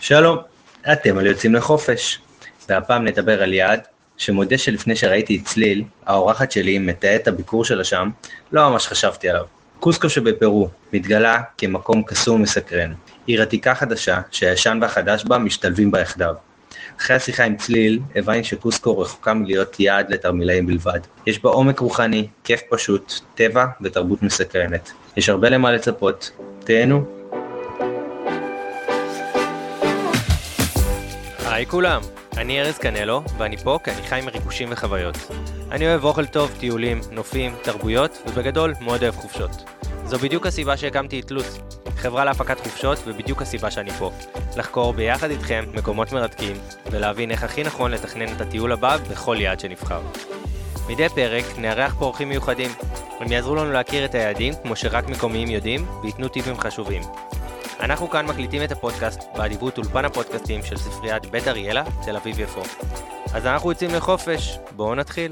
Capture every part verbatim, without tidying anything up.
שלום, אתם על יוצאים לחופש, והפעם נדבר על יעד שמודה שלפני שראיתי את צליל, האורחת שלי מתארת את הביקור שלה שם, לא ממש חשבתי עליו. קוסקו שבפרו מתגלה כמקום קסום ומסקרן, עיר עתיקה חדשה שהישן והחדש בה משתלבים בה יחדיו. אחרי השיחה עם צליל, הבנתי שקוסקו רחוקה מלהיות יעד לתרמילאים בלבד. יש בה עומק רוחני, כיף פשוט, טבע ותרבות מסקרנת. יש הרבה למה לצפות, תהנו. היי כולם, אני ארז קנלו, ואני פה כי אני חי מריגושים וחוויות. אני אוהב אוכל טוב, טיולים, נופים, תרבויות, ובגדול מאוד אוהב חופשות. זו בדיוק הסיבה שהקמתי את לוץ, חברה להפקת חופשות, ובדיוק הסיבה שאני פה. לחקור ביחד איתכם מקומות מרתקים, ולהבין איך הכי נכון לתכנן את הטיול הבא בכל יעד שנבחר. מדי פרק נארח פה אורחים מיוחדים. הם יעזרו לנו להכיר את היעדים כמו שרק מקומיים יודעים, ויתנו טיפים חשובים. אנחנו כאן מקליטים את הפודקאסט באדיבות אולפן הפודקאסטים של ספריית בית אריאלה, תל אביב יפו. אז אנחנו יוצאים לחופש, בואו נתחיל.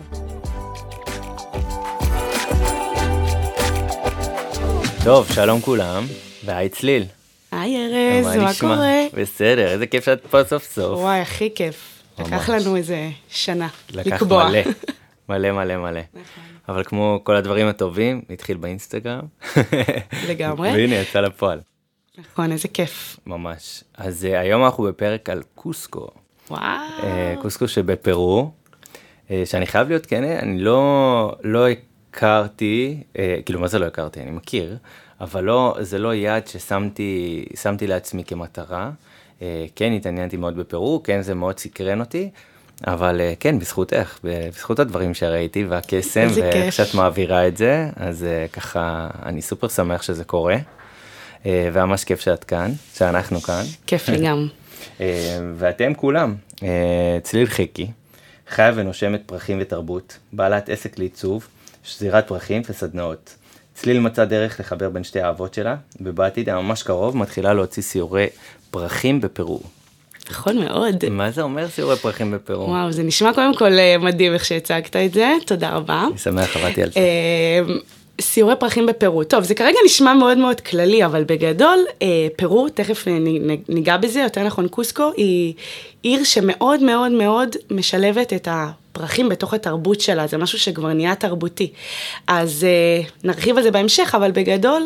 טוב, שלום כולם, והי צליל. היי ארז, מה קורה? בסדר, איזה כיף שאת פה סוף סוף. וואי, הכי כיף. לקח לנו איזה שנה לקבוע. לקח מלא, מלא מלא מלא. אבל כמו כל הדברים הטובים, נתחיל באינסטגרם. לגמרי. והנה, יצא לפועל. נכון, איזה כיף. ממש. אז uh, היום אנחנו בפרק על קוסקו. וואו. Uh, קוסקו שבפרו, uh, שאני חייב להיות כן, אני לא, לא הכרתי, uh, כאילו מה זה לא הכרתי, אני מכיר, אבל לא, זה לא יעד ששמתי שמתי לעצמי כמטרה. Uh, כן, התעניינתי מאוד בפרו, כן, זה מאוד סקרן אותי, אבל uh, כן, בזכותך, בזכות הדברים שראיתי, והקסם, ואיך שאת מעבירה את זה, אז uh, ככה, אני סופר שמח שזה קורה. וממש כיף שאת כאן, שאנחנו כאן. כיף לי גם. ואתם כולם, צליל חיקי, חיה ונושמת פרחים ותרבות, בעלת עסק לעיצוב, שזירת פרחים וסדנאות. צליל מצא דרך לחבר בין שתי האהבות שלה, ובעתיד ממש קרוב מתחילה להוציא סיורי פרחים בפרו. נכון מאוד. מה זה אומר סיורי פרחים בפרו? וואו, זה נשמע קודם כל מדהים איך שהצגת את זה, תודה רבה. אני שמח, עבדתי על זה. סיורי פרחים בפרו. טוב, זה כרגע נשמע מאוד מאוד כללי, אבל בגדול, פרו, תכף ניגע בזה, יותר נכון קוסקו, היא עיר שמאוד מאוד מאוד משלבת את הפרחים בתוך התרבות שלה, זה משהו שכבר נהיה תרבותי. אז נרחיב על זה בהמשך, אבל בגדול,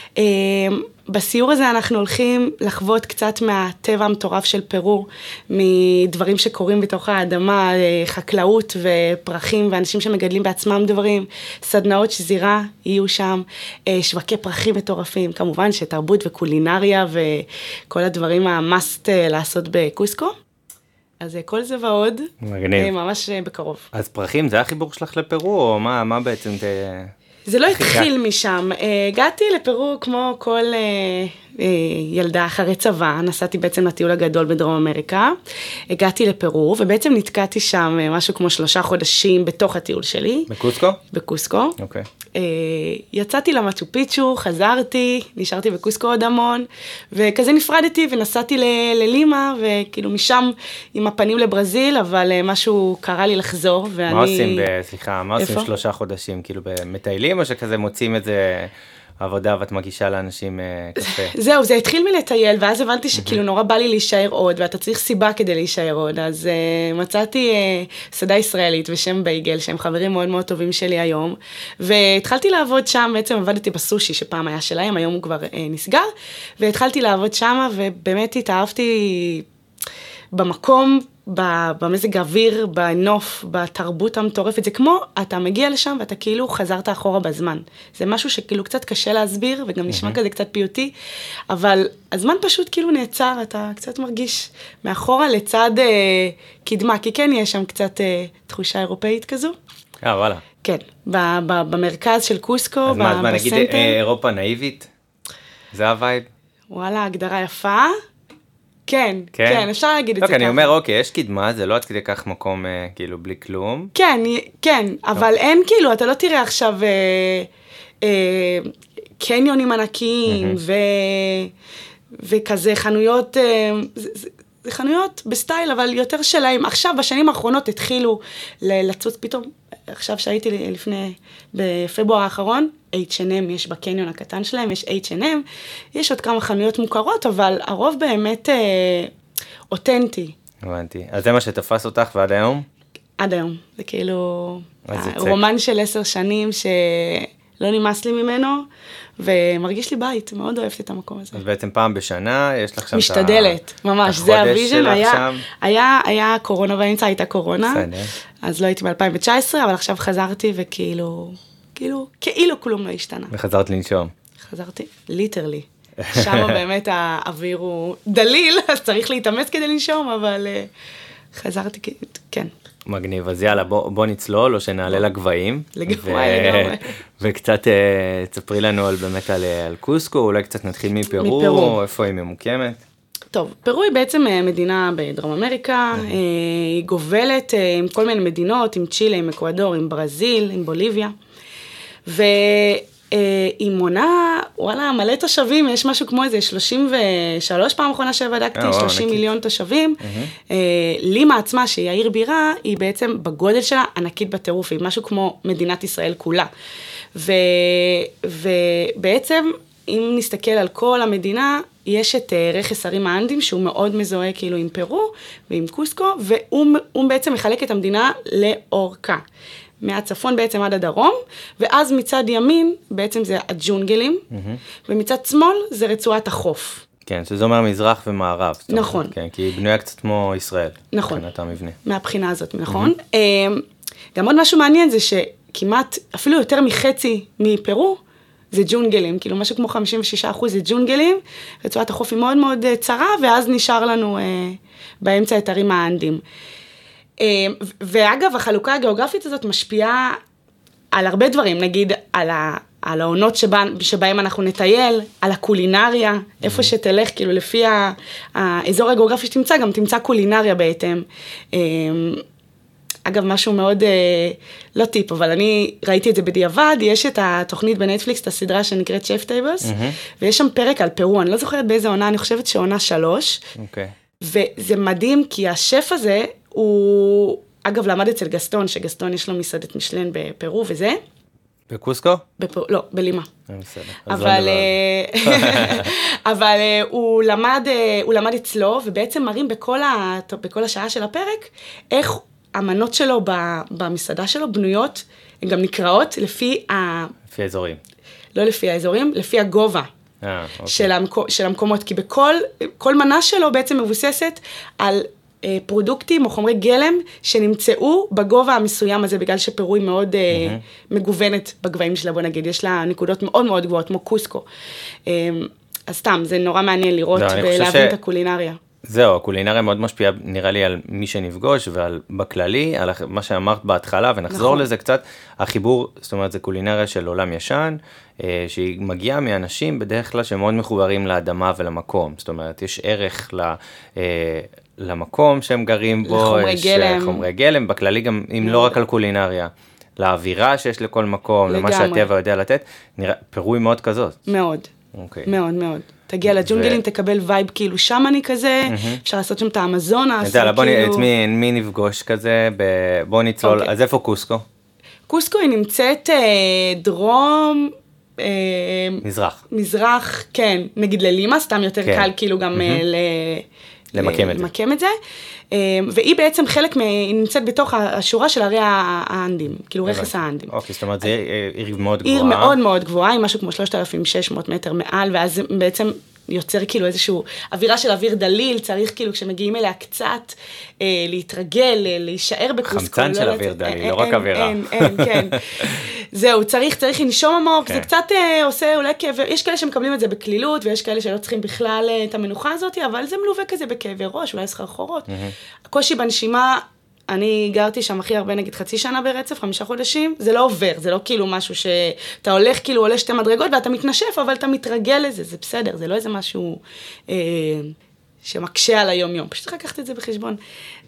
בסיור הזה אנחנו הולכים לחוות קצת מהטבע המטורף של פרו, מדברים שקורים בתוך האדמה, חקלאות ופרחים, ואנשים שמגדלים בעצמם דברים, סדנאות שזירה יהיו שם, שווקי פרחים מטורפים, כמובן שתרבות וקולינריה וכל הדברים המאסט לעשות בקוסקו. אז כל זה ועוד, מגניב. ממש בקרוב. אז פרחים, זה החיבור שלך לפרו, או מה, מה בעצם ת... זה לא התחיל משם, הגעתי לפרו כמו כל ילדה אחרי צבא, נסעתי בעצם לטיול הגדול בדרום אמריקה, הגעתי לפרו ובעצם נתקעתי שם משהו כמו שלושה חודשים בתוך הטיול שלי. בקוסקו? בקוסקו. אוקיי. יצאתי למצ'ו פיצ'ו, חזרתי, נשארתי בקוסקו עוד המון, וכזה נפרדתי ונסעתי ללימה, וכאילו משם עם הפנים לברזיל, אבל משהו קרה לי לחזור, ואני... מה עושים, סליחה, מה עושים שלושה חודשים? כאילו במטיילים, או שכזה מוצאים את זה עבודה, ואת מגישה לאנשים קפה? זהו, זה התחיל מלטייל, ואז הבנתי שכאילו נורא בא לי להישאר עוד, ואתה צריך סיבה כדי להישאר עוד, אז מצאתי סדה ישראלית ושם בייגל, שהם חברים מאוד מאוד טובים שלי היום, והתחלתי לעבוד שם, בעצם עבדתי בסושי שפעם היה שלהם, היום הוא כבר נסגר, והתחלתי לעבוד שם, ובאמת התאהבתי במקום, במזג האוויר, בנוף, בתרבות המטורפת, זה כמו, אתה מגיע לשם ואתה כאילו חזרת אחורה בזמן. זה משהו שכאילו קצת קשה להסביר, וגם נשמע כזה קצת פיוטי, אבל הזמן פשוט כאילו נעצר, אתה קצת מרגיש מאחורה לצד אה, קדמה, כי כן יש שם קצת אה, תחושה אירופאית כזו. אה, וואלה. כן, ב- ב- במרכז של קוסקו, אז מה, מה בסנטר. נגיד אה, אירופה נאיבית? זה הווייב? וואלה, הגדרה יפה. כן, כן, כן, אפשר להגיד את זה ככה. ככה. אני אומר, אוקיי, יש קדמה, זה לא עד כדי כך מקום כאילו בלי כלום. כן, כן, אבל אין כאילו, אתה לא תראה עכשיו אה, אה, קניונים ענקיים, ו, וכזה חנויות, אה, זה, זה, זה חנויות בסטייל, אבל יותר שלהם. עכשיו, בשנים האחרונות התחילו לצוץ פתאום, עכשיו שהייתי לפני, בפברואר האחרון, אייץ' אנד אם יש בקניון הקטן שלהם, יש אייץ' אנד אם, יש עוד כמה חנויות מוכרות, אבל הרוב באמת, אותנטי. הבנתי. אז זה מה שתפס אותך ועד היום? עד היום. זה כאילו רומן של עשר שנים שלא נמאס לי ממנו, ומרגיש לי בית, מאוד אוהבת את המקום הזה. אז בעצם פעם בשנה יש לך שם משתדלת, ממש, זה הוויז'ן, היה, היה, היה קורונה באמצע, הייתה קורונה, אז לא הייתי ב-אלפיים תשע עשרה, אבל עכשיו חזרתי וכאילו, כאילו, כאילו כלום לא השתנה. וחזרת לנשום. חזרתי, ליטרלי. שם באמת האוויר הוא דליל, אז צריך להתאמץ כדי לנשום, אבל חזרתי, כן. מגניב, אז יאללה, בוא, בוא נצלול, או שנעלה לגבהים. לגבהים, לגמרי. וקצת תספרי לנו על, באמת על, על קוסקו, אולי קצת נתחיל מפרו, מפרו. איפה היא ממוקמת? טוב, פרו היא בעצם מדינה בדרום אמריקה, היא גובלת עם כל מיני מדינות, עם צ'ילה, עם אקוודור, עם ברזיל, עם בוליביה, ו... היא מונה, וואלה, מלא תושבים, יש משהו כמו איזה שלושים ושלוש פעם אחרונה שבדקתי, שלושים מיליון תושבים. לימה עצמה, שהיא העיר בירה, היא בעצם בגודל שלה ענקית בטירוף, היא משהו כמו מדינת ישראל כולה. ובעצם, אם נסתכל על כל המדינה, יש את רכס הרים האנדים, שהוא מאוד מזוהה כאילו עם פרו ועם קוסקו, והוא בעצם מחלק את המדינה לאורכה. מהצפון בעצם עד הדרום, ואז מצד ימין בעצם זה הג'ונגלים, ומצד שמאל זה רצועת החוף. כן, שזה אומר מזרח ומערב. נכון. כן, כי היא בנויה קצת כמו ישראל. נכון. מבחינת המבנה. מהבחינה הזאת, נכון. גם עוד משהו מעניין זה שכמעט, אפילו יותר מחצי מפרו, זה ג'ונגלים, כאילו משהו כמו חמישים ושישה אחוז זה ג'ונגלים, רצועת החוף היא מאוד מאוד צרה, ואז נשאר לנו באמצע את הרים האנדים. ואגב, החלוקה הגיאוגרפית הזאת משפיעה על הרבה דברים, נגיד על, ה, על העונות שבה, שבהם אנחנו נטייל, על הקולינריה, mm-hmm. איפה שתלך, כאילו לפי ה, האזור הגיאוגרפי שתמצא, גם תמצא קולינריה בהתאם. אגב, משהו מאוד, לא טיפ, אבל אני ראיתי את זה בדיעבד, יש את התוכנית בנטפליקס, את הסדרה שנקראת שף טייבלס, mm-hmm. ויש שם פרק על פרו, אני לא זוכרת באיזה עונה, אני חושבת שעונה שלוש, אוקיי. Okay. וזה מדהים, כי השף הזה, הוא, אגב, למד אצל גסטון, שגסטון יש לו מסעדת משלן בפרו וזה. בקוסקו? בפרו, לא, בלימה. בסדר. אבל, אבל הוא למד, הוא למד אצלו, ובעצם מראים בכל, ה, בכל השעה של הפרק, איך המנות שלו במסעדה שלו בנויות, הן גם נקראות לפי ה... לפי האזורים. לא לפי האזורים, לפי הגובה. אה, אוקיי. של, המקו, של המקומות, כי בכל, כל מנה שלו בעצם מבוססת על פרודוקטים או חומרי גלם שנמצאו בגובה המסוים הזה, בגלל שפרו היא מאוד mm-hmm. מגוונת בגבהים שלה, בוא נגיד, יש לה נקודות מאוד מאוד גבוהות, כמו קוסקו. אז סתם, זה נורא מעניין לראות ולהבין את הקולינריה. זהו, הקולינריה מאוד משפיעה, נראה לי, על מי שנפגוש, ועל בכללי, על מה שאמרת בהתחלה, ונחזור נכון. לזה קצת, החיבור, זאת אומרת, זה קולינריה של עולם ישן, שהיא מגיעה מאנשים בדרך כלל שמאוד מחוברים לאדמה ולמקום, זאת אומרת, יש ערך ל... למקום שהם גרים בו, לחומרי גלם. חומרי גלם, בכללי גם, אם לא רק על קולינריה, לאווירה שיש לכל מקום, למה שהטבע יודע לתת, נראה, פרו היא מאוד כזאת. מאוד, מאוד מאוד. תגיע לג'ונגלים, תקבל וייב כאילו שמני כזה, אפשר לעשות שם את האמזונה. את מי נפגוש כזה, בוא נצלול, אז איפה קוסקו? קוסקו היא נמצאת דרום... מזרח. מזרח, כן, נגיד ללימה, סתם יותר קל כאילו גם ל... למקם את זה. למקם את זה, והיא בעצם חלק, היא נמצאת בתוך השורה של ערי האנדים, כאילו רכס האנדים. אוקיי, זאת אומרת, זה עיר מאוד גבוהה. עיר מאוד מאוד גבוהה, עם משהו כמו שלושת אלפים ושש מאות מטר מעל, ואז בעצם יוצר כאילו איזשהו אווירה של אוויר דליל, צריך כאילו כשמגיעים אליה קצת להתרגל, להישאר בקוסקו. חמצן של אוויר דליל, לא רק אווירה. אין, אין, כן. זהו, צריך, צריך לנשום עמוק, זה קצת עושה אולי כאב, יש כאלה שמקבלים את זה בקלילות, ויש כאלה שלא צריכים בכלל את המנוחה הזאת, אבל זה מלווה כזה בכאבי ראש, אולי סחרחורות. הקושי בנשימה, אני גרתי שם הכי הרבה, נגיד חצי שנה ברצף, חמישה חודשים, זה לא עובר, זה לא כאילו משהו שאתה הולך, כאילו עולה שתי מדרגות, ואתה מתנשף, אבל אתה מתרגל לזה, זה בסדר, זה לא איזה משהו אה, שמקשה על היום-יום, פשוט לקחת את זה בחשבון.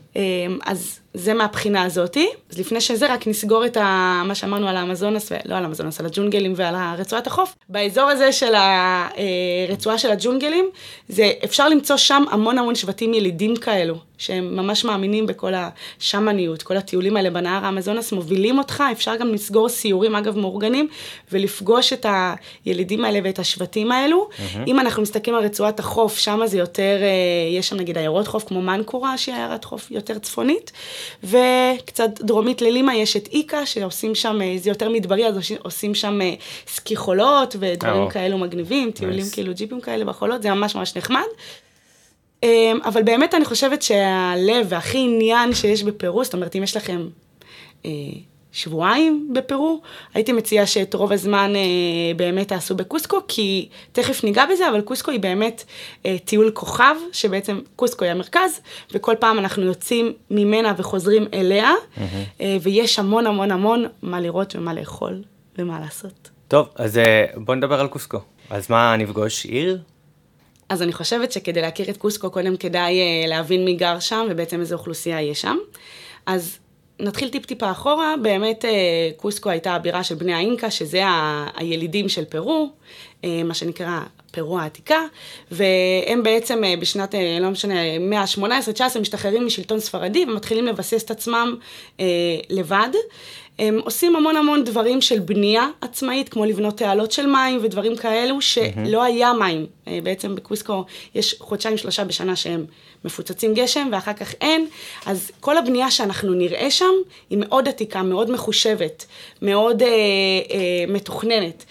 אז זה מהבחינה הזאת. אז לפני שזה רק נסגור את ה, מה שאמרנו על האמזונס, ולא על האמזונס, על הג'ונגלים ועל רצועת החוף. באזור הזה של הרצועה של הג'ונגלים, זה אפשר למצוא שם המון המון שבטים ילידים כאלו, שהם ממש מאמינים בכל השמניות, כל הטיולים האלה בנהר האמזונס מובילים אותך, אפשר גם לסגור סיורים, אגב מאורגנים, ולפגוש את הילידים האלה ואת השבטים האלו. Mm-hmm. אם אנחנו מסתכלים על רצועת החוף, שם זה יותר, יש שם נגיד עיירות חוף כמו מנקורה, שהיא עיירת חוף יותר צפונית, וקצת דרומית ללימה יש את איקה, שעושים שם, זה יותר מדברי, אז עושים שם סקי חולות, ודברים oh. כאלו מגניבים, טיולים nice. כאילו ג'יפים כאלה בחולות, זה ממש ממש נחמד. אבל באמת אני חושבת שהלב והכי עניין שיש בפרו, זאת אומרת, אם יש לכם שבועיים בפרו, הייתי מציעה שאת רוב הזמן באמת תעשו בקוסקו, כי תכף ניגע בזה, אבל קוסקו היא באמת טיול כוכב, שבעצם קוסקו היא המרכז, וכל פעם אנחנו יוצאים ממנה וחוזרים אליה, mm-hmm. ויש המון המון המון מה לראות ומה לאכול ומה לעשות. טוב, אז בוא נדבר על קוסקו. אז מה נפגוש? עיר? אז אני חושבת שכדי להכיר את קוסקו, קודם כדאי להבין מי גר שם, ובעצם איזו אוכלוסייה יש שם. אז נתחיל טיפ-טיפה אחורה, באמת קוסקו הייתה הבירה של בני האינקה, שזה ה- הילידים של פרו, מה שנקרא פרו העתיקה, והם בעצם בשנת, לא משנה, מאה ה-שמונה עשרה תשע עשרה משתחררים משלטון ספרדי, ומתחילים לבסס את עצמם לבד. הם עושים המון המון דברים של בנייה עצמאית, כמו לבנות תעלות של מים ודברים כאלו, שלא היה מים. בעצם בקוסקו יש חודשיים שלושה בשנה שהם מפוצצים גשם, ואחר כך אין. אז כל הבנייה שאנחנו נראה שם, היא מאוד עתיקה, מאוד מחושבת, מאוד אה, אה, מתוכננת.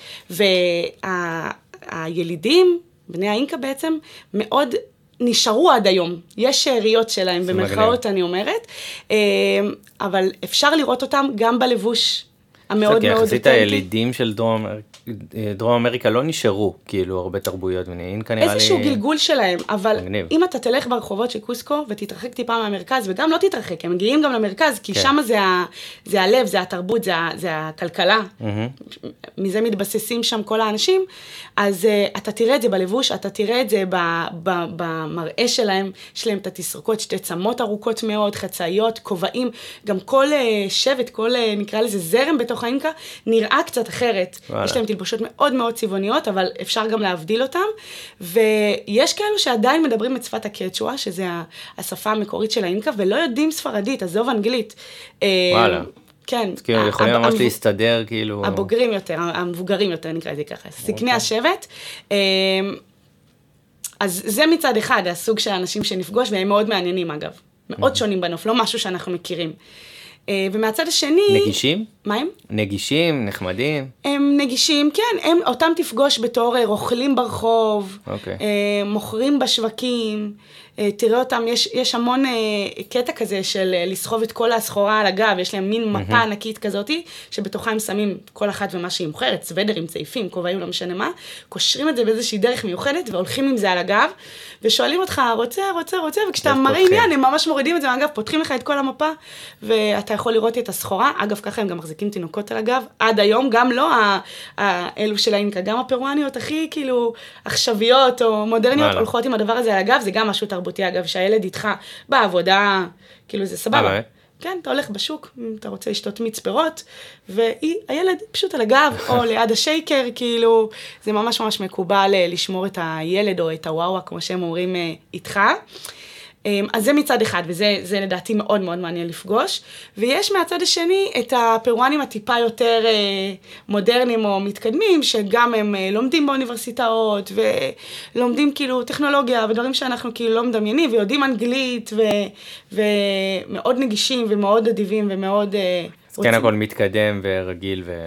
והילידים, בני האינקה בעצם, מאוד נשארו עד היום. יש שאריות שלהם, במרכאות אני אומרת, אבל אפשר לראות אותם גם בלבוש המאוד מאוד אותנטי. יחסית הילידים של דרום, דרום אמריקה לא נשארו, כאילו, הרבה תרבויות. איזשהו לי... גלגול שלהם, אבל מגניב. אם אתה תלך ברחובות של קוסקו ותתרחק טיפה מהמרכז, וגם לא תתרחק, הם מגיעים גם למרכז, כי כן. שם זה, ה... זה הלב, זה התרבות, זה, ה... זה הכלכלה. Mm-hmm. מזה מתבססים שם כל האנשים, אז uh, אתה תראה את זה בלבוש, אתה תראה את זה ב... ב... במראה שלהם, יש להם את התסרוקות, שתי צמות ארוכות מאוד, חצאיות, כובעים, גם כל uh, שבט, כל uh, נקרא לזה זרם בתוך האינקה, נראה קצת אחרת. וואלה. יש להם תלבושות מאוד מאוד צבעוניות, אבל אפשר גם להבדיל אותם, ויש כאלו שעדיין מדברים את שפת הקצ'ואה, שזה השפה המקורית של האינקה, ולא יודעים ספרדית, עזוב אנגלית. וואלה. כן. אז כאילו, יכולים ממש להסתדר, כאילו... הבוגרים יותר, המבוגרים יותר, נקרא לזה ככה, סקני השבט. אז זה מצד אחד, הסוג של האנשים שנפגוש, והם מאוד מעניינים אגב. מאוד שונים בנוף, לא משהו שאנחנו מכירים. ומהצד השני... נגישים? מה הם? נגישים, נחמדים. הם נגישים, כן, הם אותם תפגוש בתור רוכלים ברחוב, אוקיי. מוכרים בשווקים, תראה אותם, יש, יש המון קטע כזה של לסחוב את כל הסחורה על הגב, יש להם מין מפה ענקית כזאת, שבתוכה הם שמים כל אחת ומה שהיא מוכרת, סוודרים, צעיפים, כובעים, לא משנה מה, קושרים את זה באיזושהי דרך מיוחדת, והולכים עם זה על הגב, ושואלים אותך, רוצה, רוצה, רוצה, וכשאתה מראה עניין, הם ממש מורידים את זה מהגב, פותחים לך את כל המפה, ואתה יכול לראות את הסחורה, אגב, ככה הם גם מחזיקים תינוקות על הגב, עד היום, גם לא האלו של האינקה, גם הפרואניות הכי כאילו עכשוויות או מודרניות, הולכות עם הדבר הזה על הגב, זה גם משהו תרבותי, אגב, שהילד איתך בעבודה, כאילו זה סבבה. כן, אתה הולך בשוק, אתה רוצה לשתות מיץ פירות, והילד פשוט על הגב, או ליד השייקר, כאילו, זה ממש ממש מקובל לשמור את הילד או את הוואווה, כמו שהם אומרים, איתך. אז זה מצד אחד, וזה זה לדעתי מאוד מאוד מעניין לפגוש. ויש מהצד השני את הפרואנים הטיפה יותר מודרניים או מתקדמים, שגם הם לומדים באוניברסיטאות, ולומדים כאילו טכנולוגיה, ודברים שאנחנו כאילו לא מדמיינים, ויודעים אנגלית, ו, ומאוד נגישים, ומאוד אדיבים, ומאוד... אז כן, הכל מתקדם ורגיל ו...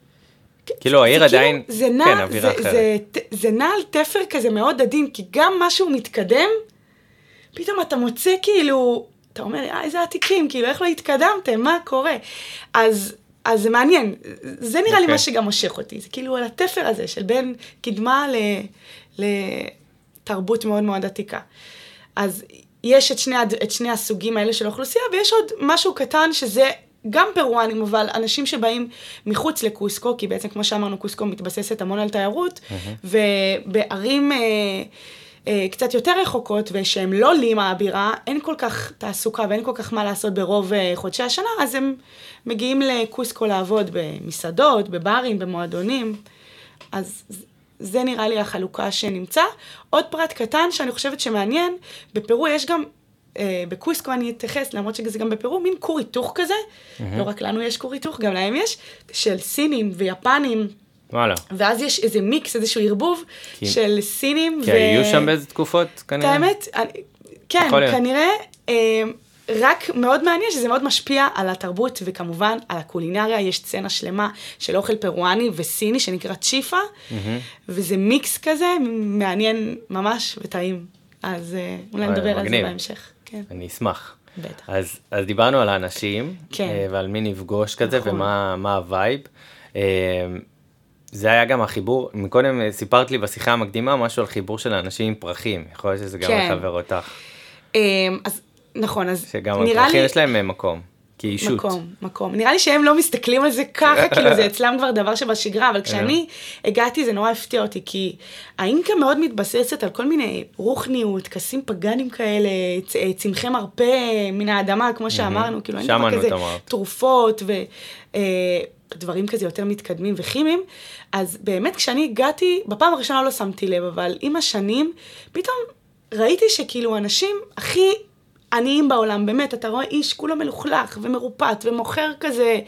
כאילו, העיר עדיין... זה נע, כן, אווירה אחרת. זה, זה, זה נע על תפר כזה מאוד עדין, כי גם משהו מתקדם, פתאום אתה מוצא כאילו, אתה אומר, אה, איזה עתיקים, כאילו, איך לא התקדמתם, מה קורה? אז, אז זה מעניין, זה נראה okay. לי מה שגם מושך אותי, זה כאילו על התפר הזה של בין קדמה ל, לתרבות מאוד מאוד עתיקה. אז יש את שני, את שני הסוגים האלה של האוכלוסייה, ויש עוד משהו קטן שזה גם פרואנים, אבל אנשים שבאים מחוץ לקוסקו, כי בעצם כמו שאמרנו, קוסקו מתבססת המון על תיירות, mm-hmm. ובערים... קצת יותר רחוקות, ושהם לא לימה הבירה, אין כל כך תעסוקה ואין כל כך מה לעשות ברוב חודשי השנה, אז הם מגיעים לקוסקו לעבוד במסעדות, בברים, במועדונים, אז זה נראה לי החלוקה שנמצא. עוד פרט קטן שאני חושבת שמעניין, בפרו יש גם, בקוסקו אני אתייחס, למרות שזה גם בפרו, מין כור היתוך כזה, לא רק לנו יש כור היתוך, גם להם יש, של סינים ויפנים, וואלה. ואז יש איזה מיקס, איזשהו ערבוב של סינים. כי היו שם באיזה תקופות, כנראה? האמת, כן, כנראה, רק מאוד מעניין שזה מאוד משפיע על התרבות, וכמובן על הקולינריה, יש סצנה שלמה של אוכל פרואני וסיני, שנקרא צ'יפה, וזה מיקס כזה, מעניין ממש וטעים. אז אולי נדבר על זה בהמשך. אני אשמח. בטח. אז דיברנו על האנשים, ועל מי נפגוש כזה, ומה הווייב. זה היה גם החיבור, מקודם סיפרת לי בשיחה המקדימה משהו על חיבור של האנשים עם פרחים, יכול להיות שזה גם לחבר אותך. אז נכון, אז שגם הפרחים יש להם מקום, כאישות. מקום, מקום. נראה לי שהם לא מסתכלים על זה ככה, כאילו זה אצלם כבר דבר שבשגרה, אבל כשאני הגעתי זה נורא הפתיע אותי, כי האינקה מאוד מתבססת על כל מיני רוחניות, טקסים פגאנים כאלה, צמחי מרפא מן האדמה, כמו שאמרנו, כאילו אין דבר כזה תרופות ו... דברים כזה יותר מתקדמים וכימיים, אז באמת כשאני הגעתי, בפעם הראשונה לא שמתי לב, אבל עם השנים, פתאום ראיתי שכאילו אנשים הכי עניים בעולם, באמת, אתה רואה איש כולו מלוכלך ומרופט ומוכר כזה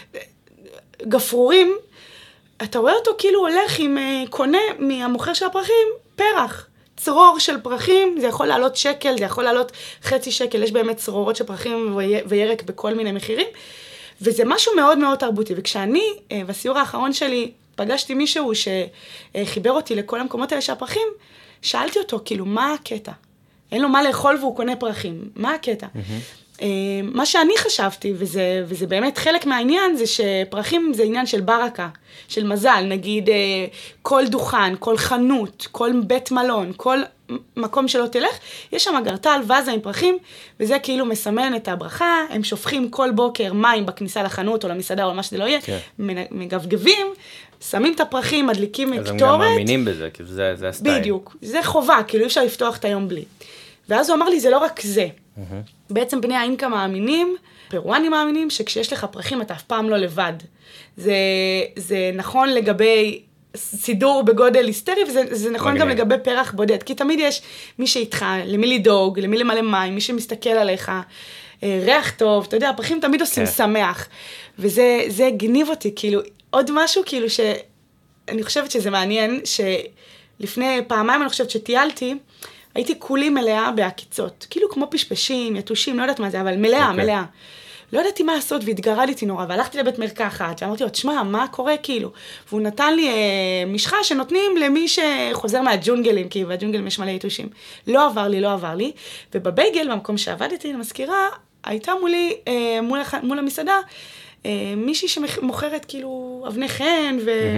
גפרורים, אתה רואה אותו כאילו הולך עם קונה מהמוכר של הפרחים, פרח, צרור של פרחים, זה יכול לעלות שקל, זה יכול לעלות חצי שקל, יש באמת צרורות של פרחים וירק בכל מיני מחירים, וזה משהו מאוד מאוד תרבותי, וכשאני, בסיור האחרון שלי, פגשתי מישהו שחיבר אותי לכל המקומות האלה של הפרחים, שאלתי אותו, כאילו, מה הקטע? אין לו מה לאכול והוא קונה פרחים, מה הקטע? Mm-hmm. מה שאני חשבתי, וזה, וזה באמת חלק מהעניין, זה שפרחים זה עניין של ברקה, של מזל, נגיד, כל דוכן, כל חנות, כל בית מלון, כל מקום שלא תלך, יש שם גרטל, וזה עם פרחים, וזה כאילו מסמן את הברכה, הם שופכים כל בוקר מים בכניסה לחנות או למסעדה או מה שזה לא יהיה, כן. מגבגבים, שמים את הפרחים, מדליקים מקטורת. אז הם גם מאמינים בזה, כי זה, זה הסטייל. בדיוק, זה חובה, כאילו אפשר לפתוח את היום בלי. ואז הוא אמר לי, זה לא רק זה. Mm-hmm. בעצם בני האינקה מאמינים, פרואנים מאמינים, שכשיש לך פרחים אתה אף פעם לא לבד. זה, זה נכון לגבי סידור בגודל היסטרי, וזה נכון גם לגבי פרח בודד, כי תמיד יש מי שאיתך, למי לדאוג, למי למלא מים, מי שמסתכל עליך, ריח טוב, אתה יודע, הפרחים תמיד עושים שמח, וזה גניב אותי, כאילו, עוד משהו, כאילו שאני חושבת שזה מעניין, שלפני פעמיים אני חושבת שטיילתי, הייתי כולי מלאה בהקיצות, כאילו כמו פשפשים, יתושים, לא יודעת מה זה, אבל מלאה, מלאה. לא ידעתי מה לעשות, והתגרדתי נורא, והלכתי לבית מרקחת, ואמרתי לו, תשמע, מה קורה כאילו? והוא נתן לי אה, משחה שנותנים למי שחוזר מהג'ונגלים, כי בג'ונגלים יש מלא יתושים. לא עבר לי, לא עבר לי, ובבייגל, במקום שעבדתי, למזכירה, הייתה מולי, אה, מול, מול המסעדה, אה, מישהי שמוכרת כאילו אבני חן,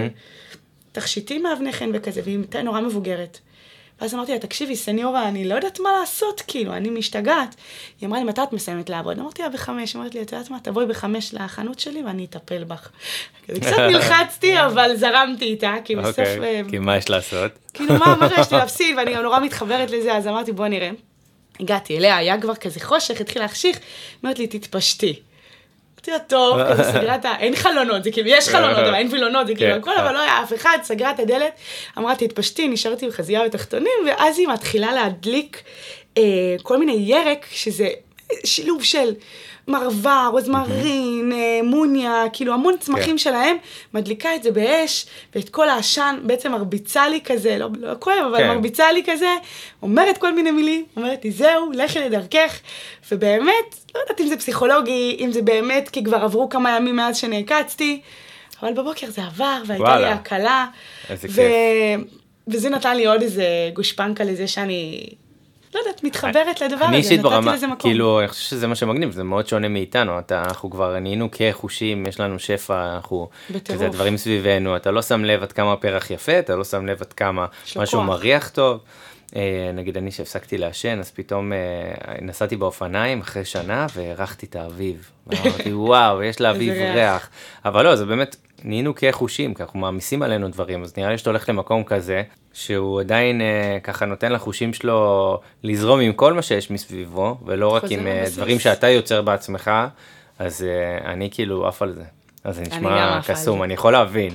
ותכשיטים מאבני חן וכזה, והיא הייתה נורא מבוגרת. ואז אמרתי לה, תקשיבי, סניורה, אני לא יודעת מה לעשות, כאילו, אני משתגעת. היא אמרה לי, מתי את מסיימת לעבוד? אמרתי לה, בחמש. אמרתי לי, את יודעת מה, תבואי בחמש לחנות שלי ואני אטפל בך. קצת נלחצתי, אבל זרמתי איתה, כי בסוף... כי מה יש לעשות? כאילו, מה, מה יש לי להפסיד, ואני נורא מתחברת לזה, אז אמרתי, בוא נראה. הגעתי אליה, היה כבר כזה חושך, התחיל להחשיך, אמרת לי, תתפשטי. טוב, סגרה את ה... אין חלונות, זה כאילו, יש חלונות, אבל אין וילונות, זה כאילו הכל, אבל לא היה אף אחד, סגרה את הדלת, אמרה, תתפשטי, נשארתי בחזייה ותחתונים, ואז היא מתחילה להדליק כל מיני ירק, שזה שילוב של מרווה, רוזמרין, מוניה, כאילו המון צמחים שלהם, מדליקה את זה באש, ואת כל העשן בעצם מרביצה לי כזה, לא, לא כואב, אבל מרביצה לי כזה, אומרת כל מיני מילים, אומרת לי, זהו, לכי לדרכך, ובאמת, לא יודעת אם זה פסיכולוגי, אם זה באמת, כי כבר עברו כמה ימים מאז שנעקצתי, אבל בבוקר זה עבר, והייתה לי הקלה, ו... וזה נתן לי עוד איזה גושפנקה לזה שאני... לא יודעת, מתחברת לדבר הזה, נתתי ברמה, לזה מקום. כאילו, אני חושב שזה מה שמגניב, זה מאוד שונה מאיתנו, אתה, אנחנו כבר נהיינו כחושים, יש לנו שפע, אנחנו, כזה דברים סביבנו, אתה לא שם לב עד כמה פרח יפה, אתה לא שם לב עד כמה משהו מריח טוב, אה, נגיד אני שהפסקתי לעשן, אז פתאום אה, נסעתי באופניים אחרי שנה, והרחתי את האביב, ואמרתי, וואו, יש לאביב ריח, אבל לא, זה באמת, נהיינו כחושים, כי אנחנו מעמיסים עלינו דברים, אז נראה לי שאתה הולך למקום כזה, שהוא עדיין אה, ככה נותן לחושים שלו לזרום עם כל מה שיש מסביבו, ולא רק עם אה, דברים שאתה יוצר בעצמך, אז אה, אני כאילו עף על זה. אז זה נשמע קסום, אני יכול להבין.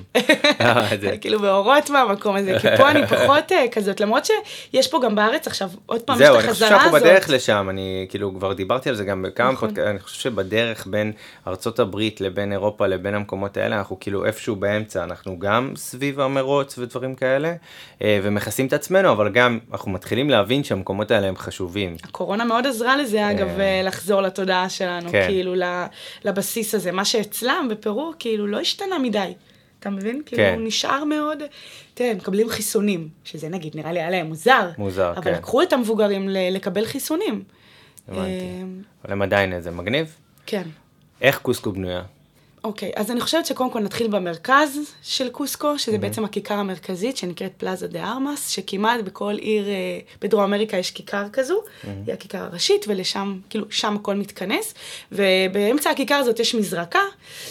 אני כאילו באורות מהמקום הזה, כי פה אני פחות כזאת, למרות שיש פה גם בארץ עכשיו, עוד פעם יש את החזרה הזאת. זהו, אני חושב שאנחנו בדרך לשם, אני כאילו כבר דיברתי על זה גם בכמה פודקאסטים, אני חושב שבדרך בין ארצות הברית לבין אירופה לבין המקומות האלה, אנחנו כאילו איפשהו באמצע, אנחנו גם סביב המרוץ ודברים כאלה, ומכסים את עצמנו, אבל גם אנחנו מתחילים להבין שהמקומות האלה הם חשובים. הקורונה מאוד עזרה לזה, אגב, לחזור לתודעה שלנו, כאילו לבסיס הזה, מה שאצלם בפירוש, כאילו לא השתנה מדי, אתה מבין? כאילו הוא נשאר מאוד, תראה, מקבלים חיסונים, שזה נגיד נראה לי עליהם מוזר, מוזר, אבל לקחו את המבוגרים לקבל חיסונים. הבנתי, אבל הם עדיין זה מגניב? כן. איך קוסקו בנויה? אוקיי, אז אני חושבת שקודם כל נתחיל במרכז של קוסקו, שזה בעצם הכיכר המרכזית, שנקראת פלאזה דה ארמאס, שכמעט בכל עיר בדרום אמריקה יש כיכר כזו, היא הכיכר הראשית, ולשם, כאילו, שם הכל מתכנס, ובאמצע הכיכר הזאת יש מזרקה,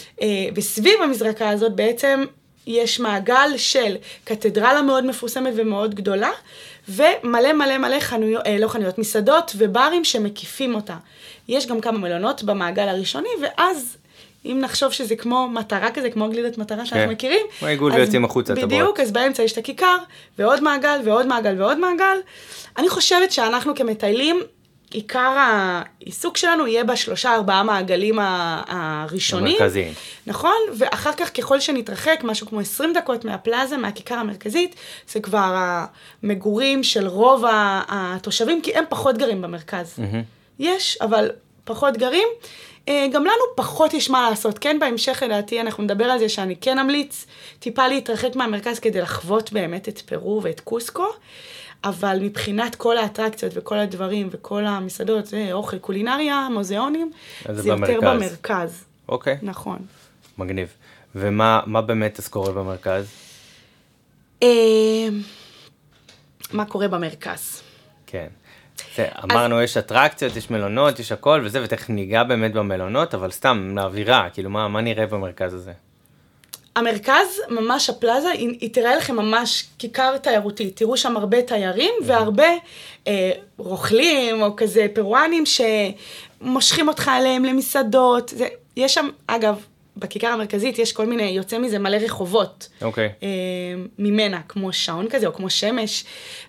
וסביב המזרקה הזאת בעצם יש מעגל של קתדרלה מאוד מפורסמת ומאוד גדולה, ומלא מלא מלא חנויות, לא חנויות, מסעדות וברים שמקיפים אותה. יש גם כמה מלונות במעגל הראשוני, ואז אם נחשוב שזה כמו מטרה כזה, כמו גלידת מטרה שאנחנו מכירים, העיגול ויוצאים החוצה, בדיוק, אז באמצע יש את הכיכר, ועוד מעגל, ועוד מעגל, ועוד מעגל. אני חושבת שאנחנו כמטיילים, עיקר העיסוק שלנו יהיה בשלושה ארבעה מעגלים הראשונים. המרכזיים. נכון? ואחר כך ככל שנתרחק, משהו כמו עשרים דקות מהפלאזה, מהכיכר המרכזית, זה כבר המגורים של רוב התושבים, כי הם פחות גרים במרכז. יש, אבל פחות גרים. גם לנו פחות יש מה לעשות, כן, בהמשך לדעתי אנחנו נדבר על זה שאני כן אמליץ טיפה להתרחק מהמרכז כדי לחוות באמת את פרו ואת קוסקו, אבל מבחינת כל האטרקציות וכל הדברים וכל המסעדות, זה אוכל, קולינריה, מוזיאונים, זה יותר במרכז. אוקיי. נכון. מגניב. ומה מה באמת אז קורה במרכז? מה קורה במרכז? כן. זה, אמרנו, יש אטרקציות, יש מלונות, יש הכל וזה, ותכף ניגע באמת במלונות, אבל סתם, לאווירה, כאילו, מה, מה נראה במרכז הזה? המרכז, ממש הפלאזה, היא, היא תראה לכם ממש כיכר תיירותי. תראו שם הרבה תיירים והרבה אה, רוכלים או כזה פרואנים שמושכים אותך עליהם למסעדות. זה, יש שם, אגב, בכיכר המרכזית יש כל מיני, יוצא מזה מלא רחובות. אוקיי. אה, ממנה, כמו שעון כזה או כמו שמש.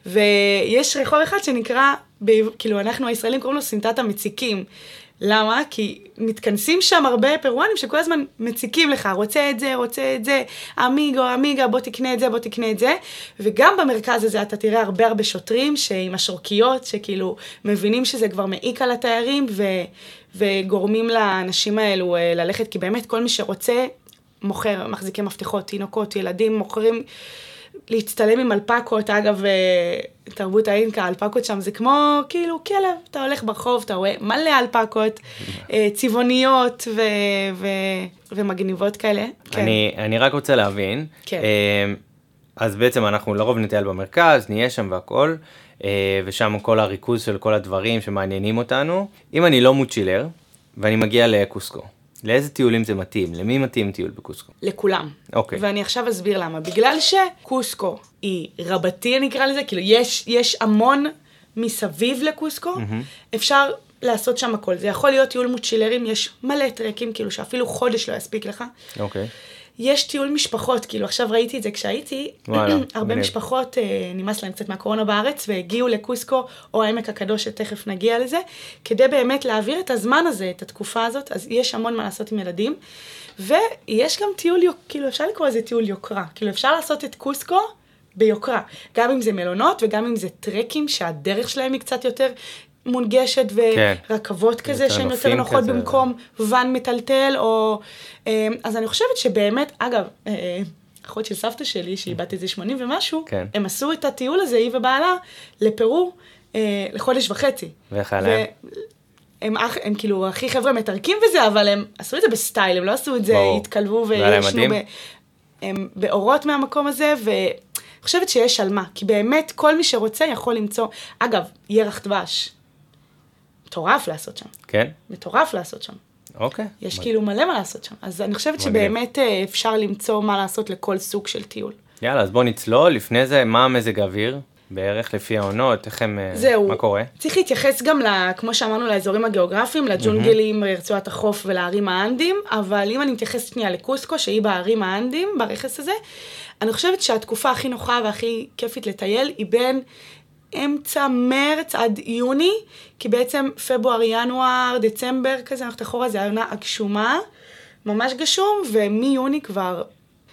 ויש רחוב אחד שנקרא, ב, כאילו אנחנו הישראלים קוראים לו סמטת המציקים. למה? כי מתכנסים שם הרבה פרואנים שכל הזמן מציקים לך, רוצה את זה, רוצה את זה, אמיגו, אמיגה, בוא תקנה את זה, בוא תקנה את זה. וגם במרכז הזה אתה תראה הרבה הרבה שוטרים שעם השורקיות, שכאילו מבינים שזה כבר מעיק על התיירים, ו, וגורמים לאנשים האלו ללכת, כי באמת כל מי שרוצה מוכר, מחזיקים מפתחות, תינוקות, ילדים, מוכרים להצטלם עם אלפקות. אגב, תרבות האינקה, אלפקות שם זה כמו כאילו כלב, אתה הולך ברחוב, אתה רואה מלא אלפקות, צבעוניות ו- ו- ומגניבות כאלה. אני, אני רק רוצה להבין, כן. אז בעצם אנחנו לרוב נטייל במרכז, נהיה שם והכל, ושם כל הריכוז של כל הדברים שמעניינים אותנו. אם אני לא מוצ'ילר, ואני מגיע לקוסקו, לאיזה טיולים זה מתאים? למי מתאים טיול בקוסקו? לכולם. אוקיי. ואני עכשיו אסביר למה. בגלל שקוסקו היא רבתי, אני אקרא לזה, כאילו יש, יש המון מסביב לקוסקו, mm-hmm. אפשר לעשות שם הכל. זה יכול להיות טיול מוצ'ילרים, יש מלא טרקים, כאילו שאפילו חודש לא יספיק לך. אוקיי. יש טיול משפחות, כאילו עכשיו ראיתי את זה כשהייתי, וואלה, הרבה משפחות, אה, נמאס להם קצת מהקורונה בארץ, והגיעו לקוסקו או העמק הקדוש, שתכף נגיע לזה, כדי באמת להעביר את הזמן הזה, את התקופה הזאת, אז יש המון מה לעשות עם ילדים, ויש גם טיול, כאילו אפשר לקרוא לזה טיול יוקרה, כאילו אפשר לעשות את קוסקו ביוקרה, גם אם זה מלונות וגם אם זה טרקים, שהדרך שלהם היא קצת יותר מונגשת ורכבות כזה שהן יותר נוחות במקום ון מטלטל, או... אז אני חושבת שבאמת, אגב, אחות של סבתא שלי, שהיא בת איזה שמונים ומשהו, הם עשו את הטיול הזה, היא ובעלה, לפרו, לחודש וחצי. ואיך היה להם? הם, הם כאילו הכי חבר'ה מתרקים וזה, אבל הם עשו את זה בסטייל, הם לא עשו את זה, התקלבו וישנו באורות מהמקום הזה, ואני חושבת שיש על מה, כי באמת כל מי שרוצה יכול למצוא, אגב, ירח דבש. מטורף לעשות שם. כן? מטורף לעשות שם. אוקיי. יש כאילו מלא מה לעשות שם. אז אני חושבת שבאמת אפשר למצוא מה לעשות לכל סוג של טיול. יאללה, אז בוא נצלול. לפני זה, מה המזג האוויר? בערך לפי העונות, איך הם... זהו. מה קורה? צריך להתייחס גם, כמו שאמרנו, לאזורים הגיאוגרפיים, לג'ונגלים, רצועת החוף ולערים האנדים, אבל אם אני מתייחסת שנייה לקוסקו, שהיא בערים האנדים, ברכס הזה, אני חושבת שהתקופה הכי נוחה והכי כיפית לטייל היא בין אמצע מרץ עד יוני, כי בעצם פברואר, ינואר, דצמבר, כזה, אנחנו תחורה, זה העונה הגשומה, ממש גשום, ומיוני כבר,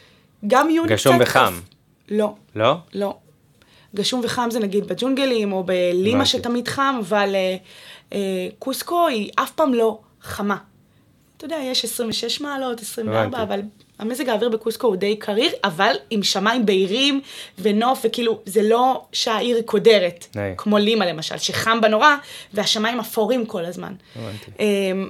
גם יוני גשום וחם. לא. לא? לא. גשום וחם זה נגיד בג'ונגלים, או בלימה שתמיד חם, אבל אה, אה, קוסקו היא אף פעם לא חמה. אתה יודע, יש עשרים ושש מעלות, עשרים וארבע, אבל המזג האוויר בקוסקו הוא די קריר, אבל עם שמיים בהירים ונוף, וכאילו זה לא שהעיר קודרת, די. כמו לימה למשל, שחם בנורא, והשמיים אפורים כל הזמן. אה,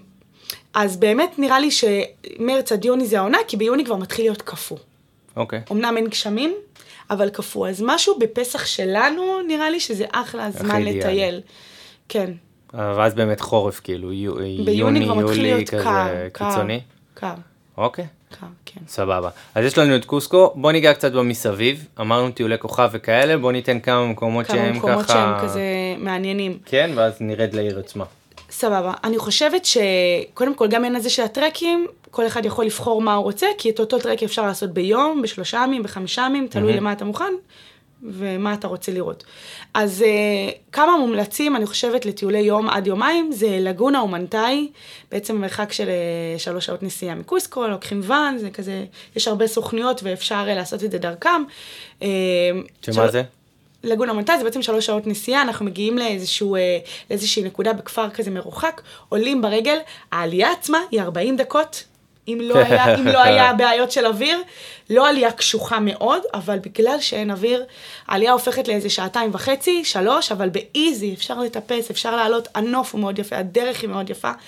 אז באמת נראה לי שמרץ עד יוני זה העונה, כי ביוני כבר מתחיל להיות קפוא. אוקיי. אמנם אין גשמים, אבל קפוא. אז משהו בפסח שלנו, נראה לי שזה אחלה זמן לטייל. כן. ואז באמת חורף, כאילו, ביוני כבר מתחיל להיות קר, קיצוני? קר. אוקיי. קר, כן. סבבה. אז יש לנו את קוסקו, בוא ניגע קצת במסביב, אמרנו טיולי כוכב וכאלה, בוא ניתן כמה מקומות שהם ככה... כמה מקומות שהם כזה מעניינים. כן, ואז נרד לעיר עצמה. סבבה. אני חושבת שקודם כל גם אין הזה של הטרקים, כל אחד יכול לבחור מה הוא רוצה, כי את אותו טרק אפשר לעשות ביום, בשלושה ימים, בחמישה ימים, תלוי למה אתה מוכן, ומה אתה רוצה לראות. אז uh, כמה מומלצים, אני חושבת, לטיולי יום עד יומיים, זה לגונה אומנטאי, בעצם מרחק של uh, שלוש שעות נסיעה מקוסקו, לוקחים ואן, זה כזה, יש הרבה סוכניות ואפשר uh, לעשות את זה דרכם. Uh, שמה של... זה? לגונה אומנטאי זה בעצם שלוש שעות נסיעה, אנחנו מגיעים לאיזשהו, לאיזושהי נקודה בכפר כזה מרוחק, עולים ברגל, העלייה עצמה היא ארבעים דקות, אם לא היה, אם לא היה בעיות של אוויר, לא עלייה קשוחה מאוד, אבל בגלל שאין אוויר, העלייה הופכת לאיזה שעתיים וחצי, שלוש, אבל באיזי אפשר לטפס, אפשר לעלות, הנוף הוא מאוד יפה, הדרך היא מאוד יפה,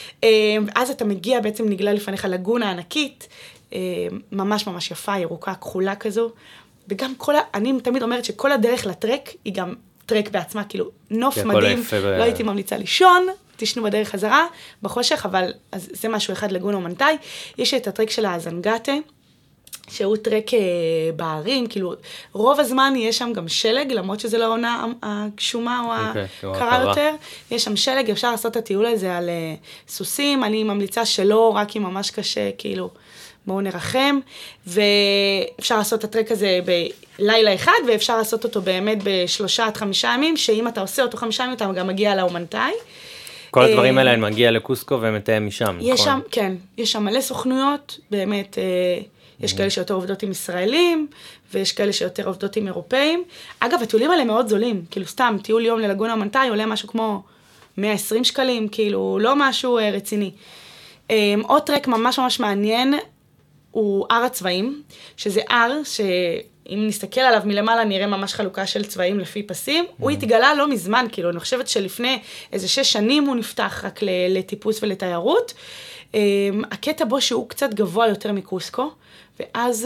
אז אתה מגיע, בעצם נגלה לפניך לגונה ענקית, ממש ממש יפה, ירוקה, כחולה כזו, וגם כל, אני תמיד אומרת שכל הדרך לטרק היא גם טרק בעצמה, כאילו נוף מדהים, לא הייתי ממליצה לישון, תשנו בדרך חזרה, בחושך, אבל אז זה משהו אחד לגונה אומנטאי. יש את הטרק של הזנגטה, שהוא טרק בערים, כאילו רוב הזמן יש שם גם שלג, למרות שזה לא העונה הגשומה או הקרה יותר, יש שם שלג, אפשר לעשות את הטיול הזה על סוסים, אני ממליצה שלא, רק אם ממש קשה, כאילו, בואו נרחם, ואפשר לעשות את הטרק הזה בלילה אחד, ואפשר לעשות אותו באמת בשלושה עד חמישה ימים, שאם אתה עושה אותו חמישה ימים, אתה גם מגיע לאומנטאי. כל הדברים האלה, אני מגיע לקוסקו ומתאם משם, יש שם, כן, יש שם מלא סוכנויות, באמת, יש כאלה שיותר עובדות עם ישראלים, ויש כאלה שיותר עובדות עם אירופאים. אגב, הטיולים האלה מאוד זולים, כאילו סתם, טיול יום ללגונה אומנטאי עולה משהו כמו מאה ועשרים שקלים, כאילו לא משהו רציני. עוד טרק ממש ממש מעניין, הוא הר הצבעים, שזה הר שאם נסתכל עליו מלמעלה נראה ממש חלוקה של צבעים לפי פסים, הוא התגלה לא מזמן, כאילו אני חושבת שלפני איזה שש שנים הוא נפתח רק לטיפוס ולתיירות, הקטע בו שהוא קצת גבוה יותר מקוסקו, ואז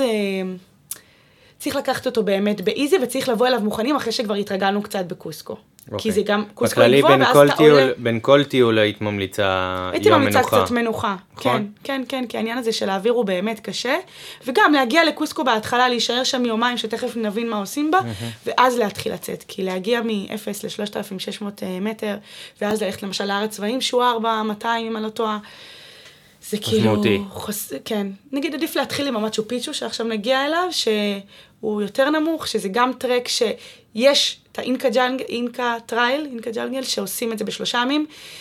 צריך לקחת אותו באמת באיזי, וצריך לבוא אליו מוכנים אחרי שכבר התרגלנו קצת בקוסקו. Okay. כי זה גם קוסקו בכללי, גבוה, ואז אתה טיול, עולה... בין כל טיול היית ממליצה יום מנוחה. הייתי ממליצה קצת מנוחה, נכון? כן, כן, כן, כי העניין הזה של האוויר הוא באמת קשה, וגם להגיע לקוסקו בהתחלה, להישאר שם יומיים, שתכף נבין מה עושים בה, ואז להתחיל לצאת, כי להגיע מ-אפס ל-שלושת אלפים ושש מאות מטר, ואז ללכת למשל לארץ צבעים, שהוא ארבע, מאתיים, אם אני לא טועה, זה כאילו... חוס... כן, נגיד עדיף להתחיל עם המצ'ו פיצ'ו, שעכשיו נגיע אליו, שהוא יותר נמוך, שזה גם טרק שיש את האינקה ג'נגל, אינקה טרייל, אינקה ג'נגל, שעושים את זה בשלושה ימים,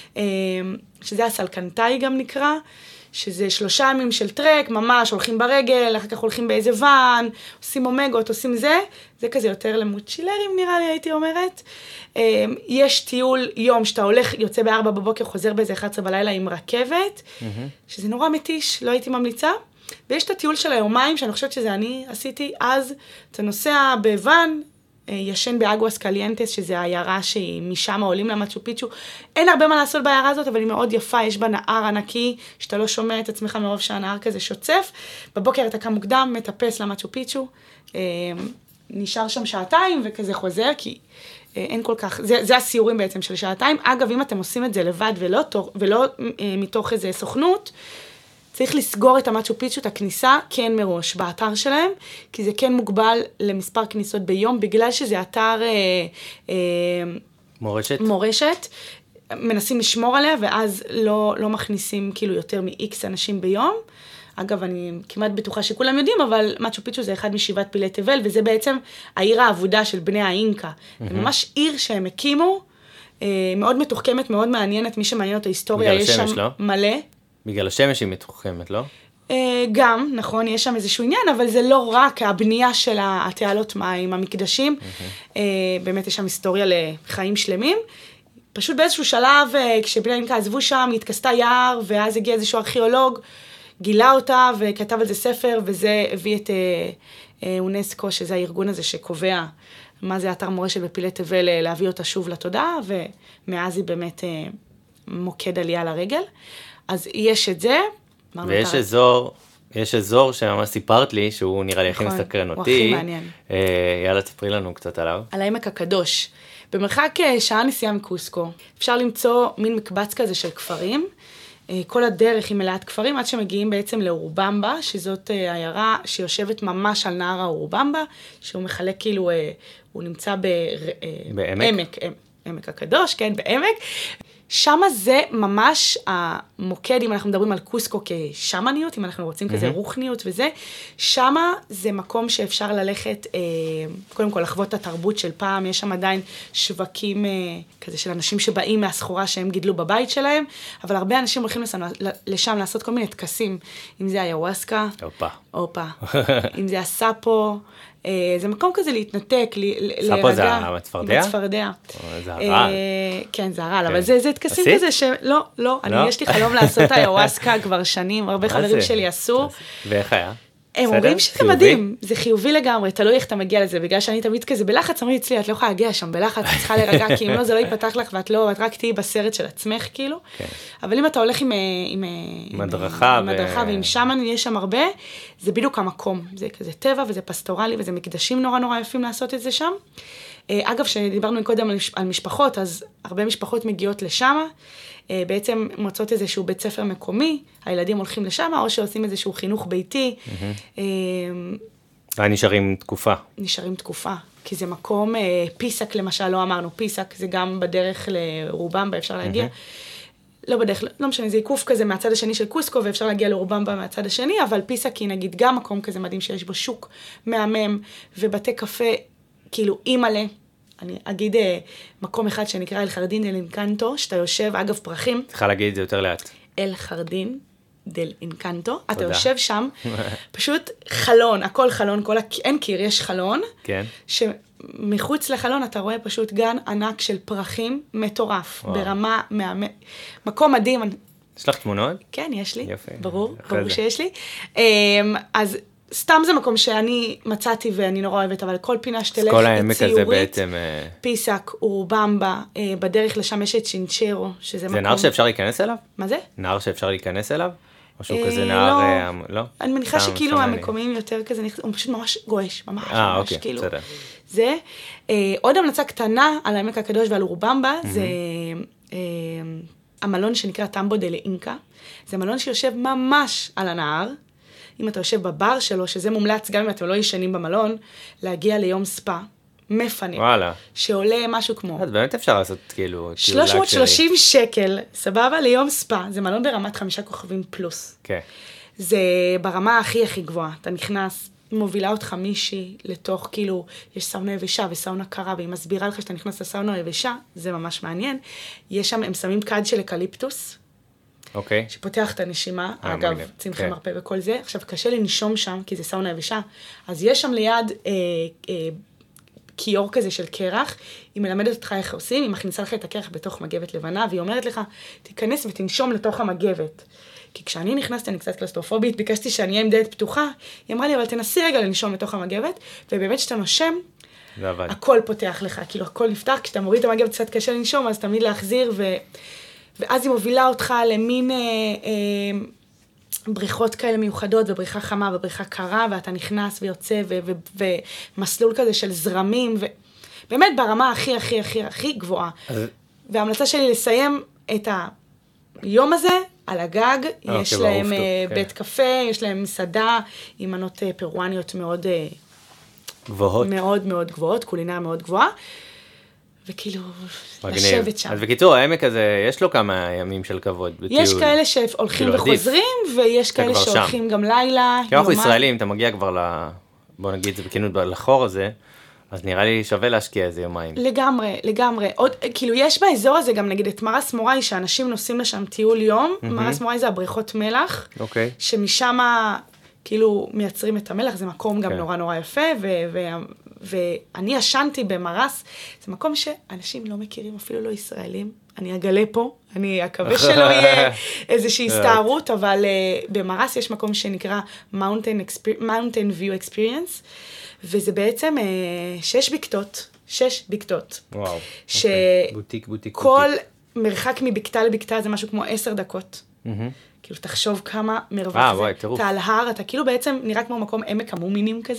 שזה הסלקנטאי גם נקרא, שזה שלושה ימים של טרק, ממש הולכים ברגל, אחר כך הולכים באיזה ואן, עושים אומגות, עושים זה, זה כזה יותר למוצ'ילרים נראה לי, הייתי אומרת. יש טיול יום שאתה הולך, יוצא בארבע בבוקר, חוזר באיזה אחת עשרה בלילה עם רכבת, שזה נורא מתיש, לא הייתי ממליצה. ויש את הטיול של היומיים, שאני חושבת שזה אני עשיתי אז, אתה נוסע בוואן, ישן באגואס קליינטס, שזה העיירה שהיא משם עולים למצ'ו פיצ'ו. אין הרבה מה לעשות בעיירה הזאת, אבל היא מאוד יפה, יש בה נהר ענקי, שאתה לא שומע את עצמך מרוב שהנהר כזה שוצף. בבוקר אתה קם מוקדם, מטפס למצ'ו פיצ'ו, נשאר שם שעתיים וכזה חוזר, כי אין כל כך, זה, זה הסיורים בעצם של שעתיים. אגב, אם אתם עושים את זה לבד ולא, תור, ולא אה, מתוך איזה סוכנות, צריך לסגור את המצ'ו פיצ'ו, את הכניסה, כן מראש, באתר שלהם, כי זה כן מוגבל למספר כניסות ביום, בגלל שזה אתר אה, אה, מורשת. מורשת, מנסים לשמור עליה, ואז לא, לא מכניסים כאילו יותר מ-X אנשים ביום. אגב, אני כמעט בטוחה שכולם יודעים, אבל מצ'ו פיצ'ו זה אחד משבעת פילי תבל, וזה בעצם העיר העבודה של בני האינקה. Mm-hmm. זה ממש עיר שהם הקימו, אה, מאוד מתוחכמת, מאוד מעניינת, מי שמעניין את ההיסטוריה, יש שם לא? מלא. בגלל השמש היא מתוחכמת, לא? אה, גם, נכון, יש שם איזשהו עניין, אבל זה לא רק הבנייה של התעלות מים, המקדשים, mm-hmm. אה, באמת יש שם היסטוריה לחיים שלמים. פשוט באיזשהו שלב, כשבני האינקה עזבו שם, התכסתה יער, ואז הגיע איזשהו ארכיאולוג, גילה אותה וכתב על זה ספר, וזה הביא את אה, אונסקו, שזה הארגון הזה שקובע מה זה אתר מורשת בפילי תבל, להביא אותה שוב לתודעה, ומאז היא באמת אה, מוקד עלייה לרגל. אז יש את זה. ויש אזור, יש אזור שממש סיפרת לי, שהוא נראה לי הכי מסקרן אותי. הוא הכי מעניין. אה, יאללה, תספרי לנו קצת עליו. על העמק הקדוש. במרחק שעה נסיעה מקוסקו, אפשר למצוא מין מקבץ כזה של כפרים, כל הדרך היא מלאת כפרים, עד שמגיעים בעצם לאורובמבה, שזאת עיירה שיושבת ממש על נהר האורובמבה, שהוא מחלק כאילו, הוא נמצא בעמק, עמק הקדוש, כן, בעמק. שמה זה ממש המוקד, אם אנחנו מדברים על קוסקו כשמניות, אם אנחנו רוצים כזה רוחניות וזה, שמה זה מקום שאפשר ללכת, קודם כל לחוות את התרבות של פעם, יש שם עדיין שווקים כזה של אנשים שבאים מהסחורה שהם גידלו בבית שלהם, אבל הרבה אנשים הולכים לשם לעשות כל מיני תקסים, אם זה היוואסקה, אופה, אופה, אם זה הסאפו, זה מקום כזה להתנתק, להירגע. סאפו זה הצפרדע? בצפרדע. זה הרעל. כן, זה הרעל, אבל זה תקסים כזה שלא, לא, יש לי חלום לעשות היוואסקה כבר שנים, הרבה חברים שלי עשו. ואיך היה? הם אומרים שזה מדהים, זה חיובי לגמרי, תלוי איך אתה מגיע לזה, בגלל שאני תמיד כזה בלחץ, אמרי אצלי, את לא יכולה להגיע שם בלחץ, את צריכה להירגע, כי אם לא, זה לא ייפתח לך, ואת לא, את רק תהיי בסרט של עצמך, כאילו. אבל אם אתה הולך עם הדרכה, ועם שמן, יש שם הרבה, זה בדיוק המקום, זה כזה טבע, וזה פסטורלי, וזה מקדשים נורא נורא יפים לעשות את זה שם. אגב, שדיברנו קודם על משפחות, אז הרבה משפחות מגיעות לשם, בעצם מוצאות איזשהו בית ספר מקומי, הילדים הולכים לשם, או שעושים איזשהו חינוך ביתי. נשארים תקופה. נשארים תקופה, כי זה מקום, פיסק למשל, לא אמרנו, פיסק זה גם בדרך לרובמבה, אפשר להגיע. לא בדרך, לא משנה, זה עיקוף כזה מהצד השני של קוסקו, ואפשר להגיע לרובמבה מהצד השני, אבל פיסק היא נגיד גם מקום כזה מדהים שיש בו שוק מהמם, ובתי קפה, כאילו אימאלה, אני אגיד מקום אחד שנקרא אל חרדין דל אינקנטו, שאתה יושב, אגב פרחים. צריכה להגיד את זה יותר לאט. אל חרדין דל אינקנטו, אתה יושב שם, פשוט חלון, הכל חלון, כל הק... אין קיר, יש חלון, כן. שמחוץ לחלון אתה רואה פשוט גן ענק של פרחים מטורף, וואו. ברמה, מה... מקום מדהים. יש לך תמונות? כן, יש לי, יופי. ברור, ברור שיש לי. אז סתם זה מקום שאני מצאתי ואני נורא אוהבת, אבל כל פינה שתלך כל העמק הזה בעצם... פיסק, אורובמבה, בדרך לשם יש את שינצ'רו, שזה מקום... זה נהר שאפשר להיכנס אליו? מה זה? נהר שאפשר להיכנס אליו? או שהוא כזה נהר... לא? אני מניחה שכאילו המקומיים יותר כזה, הוא פשוט ממש גואש, ממש ממש, כאילו. זה. עוד המלצה קטנה על העמק הקדוש ועל אורובמבה, זה המלון שנקרא טמבו דלה אינקה. זה מלון שיושב ממש על הנהר, אם אתה יושב בבר שלו, שזה מומלץ, גם אם אתם לא ישנים במלון, להגיע ליום ספה, מפנה. וואלה. שעולה משהו כמו... אז באמת אפשר לעשות כאילו... שלוש מאות ושלושים שקל, סבבה, ליום ספה. זה מלון ברמת חמישה כוכבים פלוס. כן. זה ברמה הכי הכי גבוהה. אתה נכנס, מובילה אותך מישהי לתוך, כאילו, יש סאונה יבשה וסאונה קרה, והיא מסבירה לך שאתה נכנס לסאונה יבשה, זה ממש מעניין. יש שם, הם שמים קד של אקליפטוס, אוקיי. שפותח את הנשימה, אגב, צמחי מרפא וכל זה. עכשיו, קשה לנשום שם, כי זה סאונה יבשה, אז יש שם ליד אה, אה, קיור כזה של קרח, היא מלמדת אותך איך עושים, היא מכניסה לך את הקרח בתוך מגבת לבנה, והיא אומרת לך, תיכנס ותנשום לתוך המגבת. כי כשאני נכנסתי, אני קצת קלסטרופובית, ביקשתי שאני אהיה עם דלת פתוחה, היא אמרה לי, אבל תנסי רגע לנשום לתוך המגבת, ובאמת שאתה נושם, הכל פותח לך, כאילו הכל נפתח, כשאתה מוריד את המגבת קצת קשה לנשום, אז תמיד להחזיר ו... ואז היא מובילה אותך למין אה, אה, בריכות כאלה מיוחדות, ובריכה חמה ובריכה קרה, ואתה נכנס ויוצא, ו- ו- ומסלול כזה של זרמים, באמת ברמה הכי, הכי, הכי, הכי גבוהה. וההמלצה שלי לסיים את היום הזה, על הגג, יש להם בית קפה, יש להם מסעדה, עם מנות פרואניות מאוד גבוהות. מאוד מאוד גבוהות, קולינריה מאוד גבוהה. וכאילו, לשבת שם. אז בקיצור, העמק הזה, יש לו כמה ימים של כבוד. יש כאלה שהולכים וחוזרים, ויש כאלה שהולכים גם לילה. כי אנחנו ישראלים, אתה מגיע כבר ל... בוא נגיד את זה בכנות, לחור הזה, אז נראה לי שווה להשקיע איזה יומיים. לגמרי, לגמרי. עוד, כאילו, יש באזור הזה גם, נגיד, את מרס מוראי, שאנשים נוסעים לשם טיול יום. מרס מוראי זה הבריכות מלח. אוקיי. שמשם, כאילו, מייצרים את המלח, זה מקום גם נורא נורא יפה, ואני ישנתי במרס, זה מקום שאנשים לא מכירים, אפילו לא ישראלים. אני אגלה פה, אני אקווה שלא יהיה איזושהי הסתערות, אבל במרס יש מקום שנקרא Mountain View Experience, וזה בעצם שש בקתות, שש בקתות. וואו. בוטיק, בוטיק. כל מרחק מבקתה לבקתה זה משהו כמו עשר דקות. כאילו, תחשוב כמה מרווח זה. אתה על הר, אתה כאילו בעצם נראה כמו מקום עמק המומינים כזה.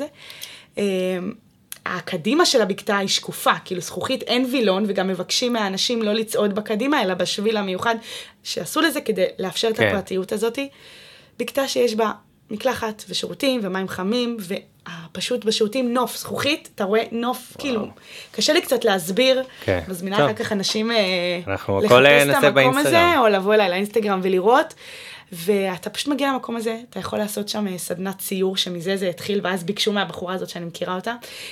הקדימה של הבקתה היא שקופה, כאילו זכוכית אין וילון, וגם מבקשים מהאנשים לא לצעוד בקדימה, אלא בשביל המיוחד שעשו לזה כדי לאפשר את הפרטיות הזאת. בקתה שיש בה מקלחת ושירותים ומים חמים, ופשוט בשירותים נוף, זכוכית, אתה רואה נוף, כאילו, קשה לי קצת להסביר, מזמינה אחר כך אנשים לחפש את המקום הזה, או לבוא אליי לאינסטגרם ולראות, ואתה פשוט מגיע למקום הזה, אתה יכול לעשות שם סדנת ציור, שמזה זה התחיל, ואז ביקשו מהבחורה הזאת שאני מכירה אותה,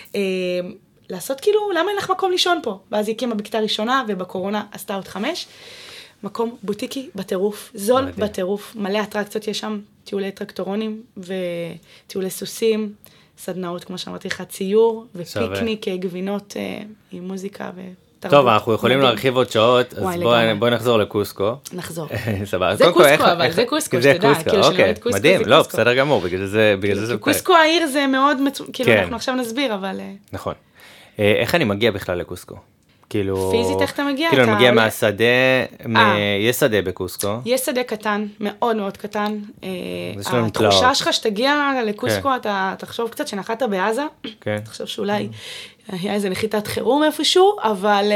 לעשות כאילו, למה אין לך מקום לישון פה? ואז היא הקימה בקתה ראשונה, ובקורונה עשתה עוד חמש, מקום בוטיקי בטירוף, זול בטירוף, מלא אטרקציות יש שם, טיולי טרקטורונים וטיולי סוסים, סדנאות, כמו שאמרתי לך, ציור, ופיקניק, גבינות עם מוזיקה ותרבות. טוב, אנחנו יכולים להרחיב עוד שעות, אז בואי נחזור לקוסקו. נחזור. סבבה. זה קוסקו, אבל זה קוסקו, שתדע, כאילו שלא את קוסקו, זה מדהים, לא, בסדר גמור, בגלל זה זה... קוסקו העיר זה מאוד, כאילו אנחנו עכשיו נסביר, אבל... נכון. איך אני מגיע בכלל לקוסקו? כאילו... פיזית איך אתה מגיע? כאילו אני מגיע מהשדה, יש שדה בקוסקו. יש שדה קטן, מאוד מאוד קטן. התחושה שלך שתגיע לקוסקו, אתה תחשוב קצת שנחת בעזה, תחשוב שאולי היה איזה נחיתת חירום איפשהו, אבל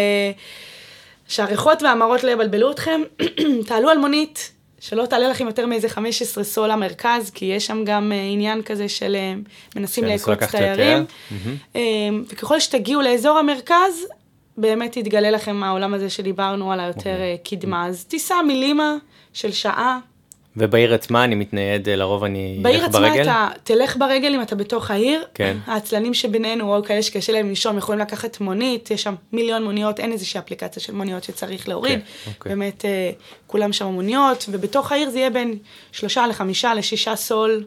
שהריחות והמרות לא יבלבלו אתכם, תעלו על מונית, שלא תעלה לכם יותר מאיזה חמש עשרה סול למרכז, כי יש שם גם עניין כזה של מנסים לעקוץ תיירים, וככל שתגיעו לאזור המרכז, באמת יתגלה לכם העולם הזה שדיברנו על היותר קדמה, אז טיסה מילימה של שעה. ובעיר עצמה אני מתנייד, לרוב אני אלך ברגל? בעיר עצמה אתה תלך ברגל אם אתה בתוך העיר, כן. העצלנים שבינינו או כאלה שקשה להם לישון, יכולים לקחת מונית, יש שם מיליון מוניות, אין איזושהי אפליקציה של מוניות שצריך להוריד, כן, אוקיי. באמת כולם שם מוניות, ובתוך העיר זה יהיה בין שלושה לחמישה לשישה סול,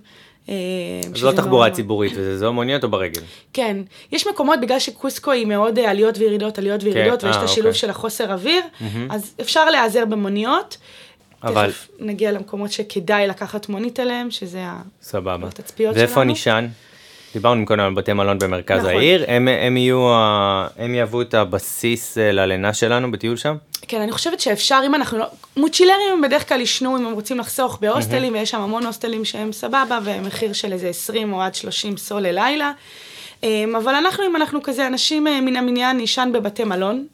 זו לא תחבורה ציבורית, וזה מוניות או ברגל? כן, יש מקומות בגלל שקוסקו היא מאוד עליות וירידות, עליות וירידות, ויש את השילוב של החוסר אוויר, אז אפשר להיעזר במוניות, תכף נגיע למקומות שכדאי לקחת מונית אליהם, שזה התצפיות שלנו. ואיפה נשען? דיברנו קודם על בתי מלון במרכז העיר, הם יהיו, הם יהוו את הבסיס ללינה שלנו בטיול שם? כן, אני חושבת שאפשר, אם אנחנו לא... מוצ'ילרים הם בדרך כלל ישנו, אם הם רוצים לחסוך בהוסטלים, ויש שם המון הוסטלים שהם סבבה, ומחיר של איזה עשרים או עד שלושים סול ללילה. אבל אנחנו, אם אנחנו כזה אנשים מן המניין, נשען בבתי מלון,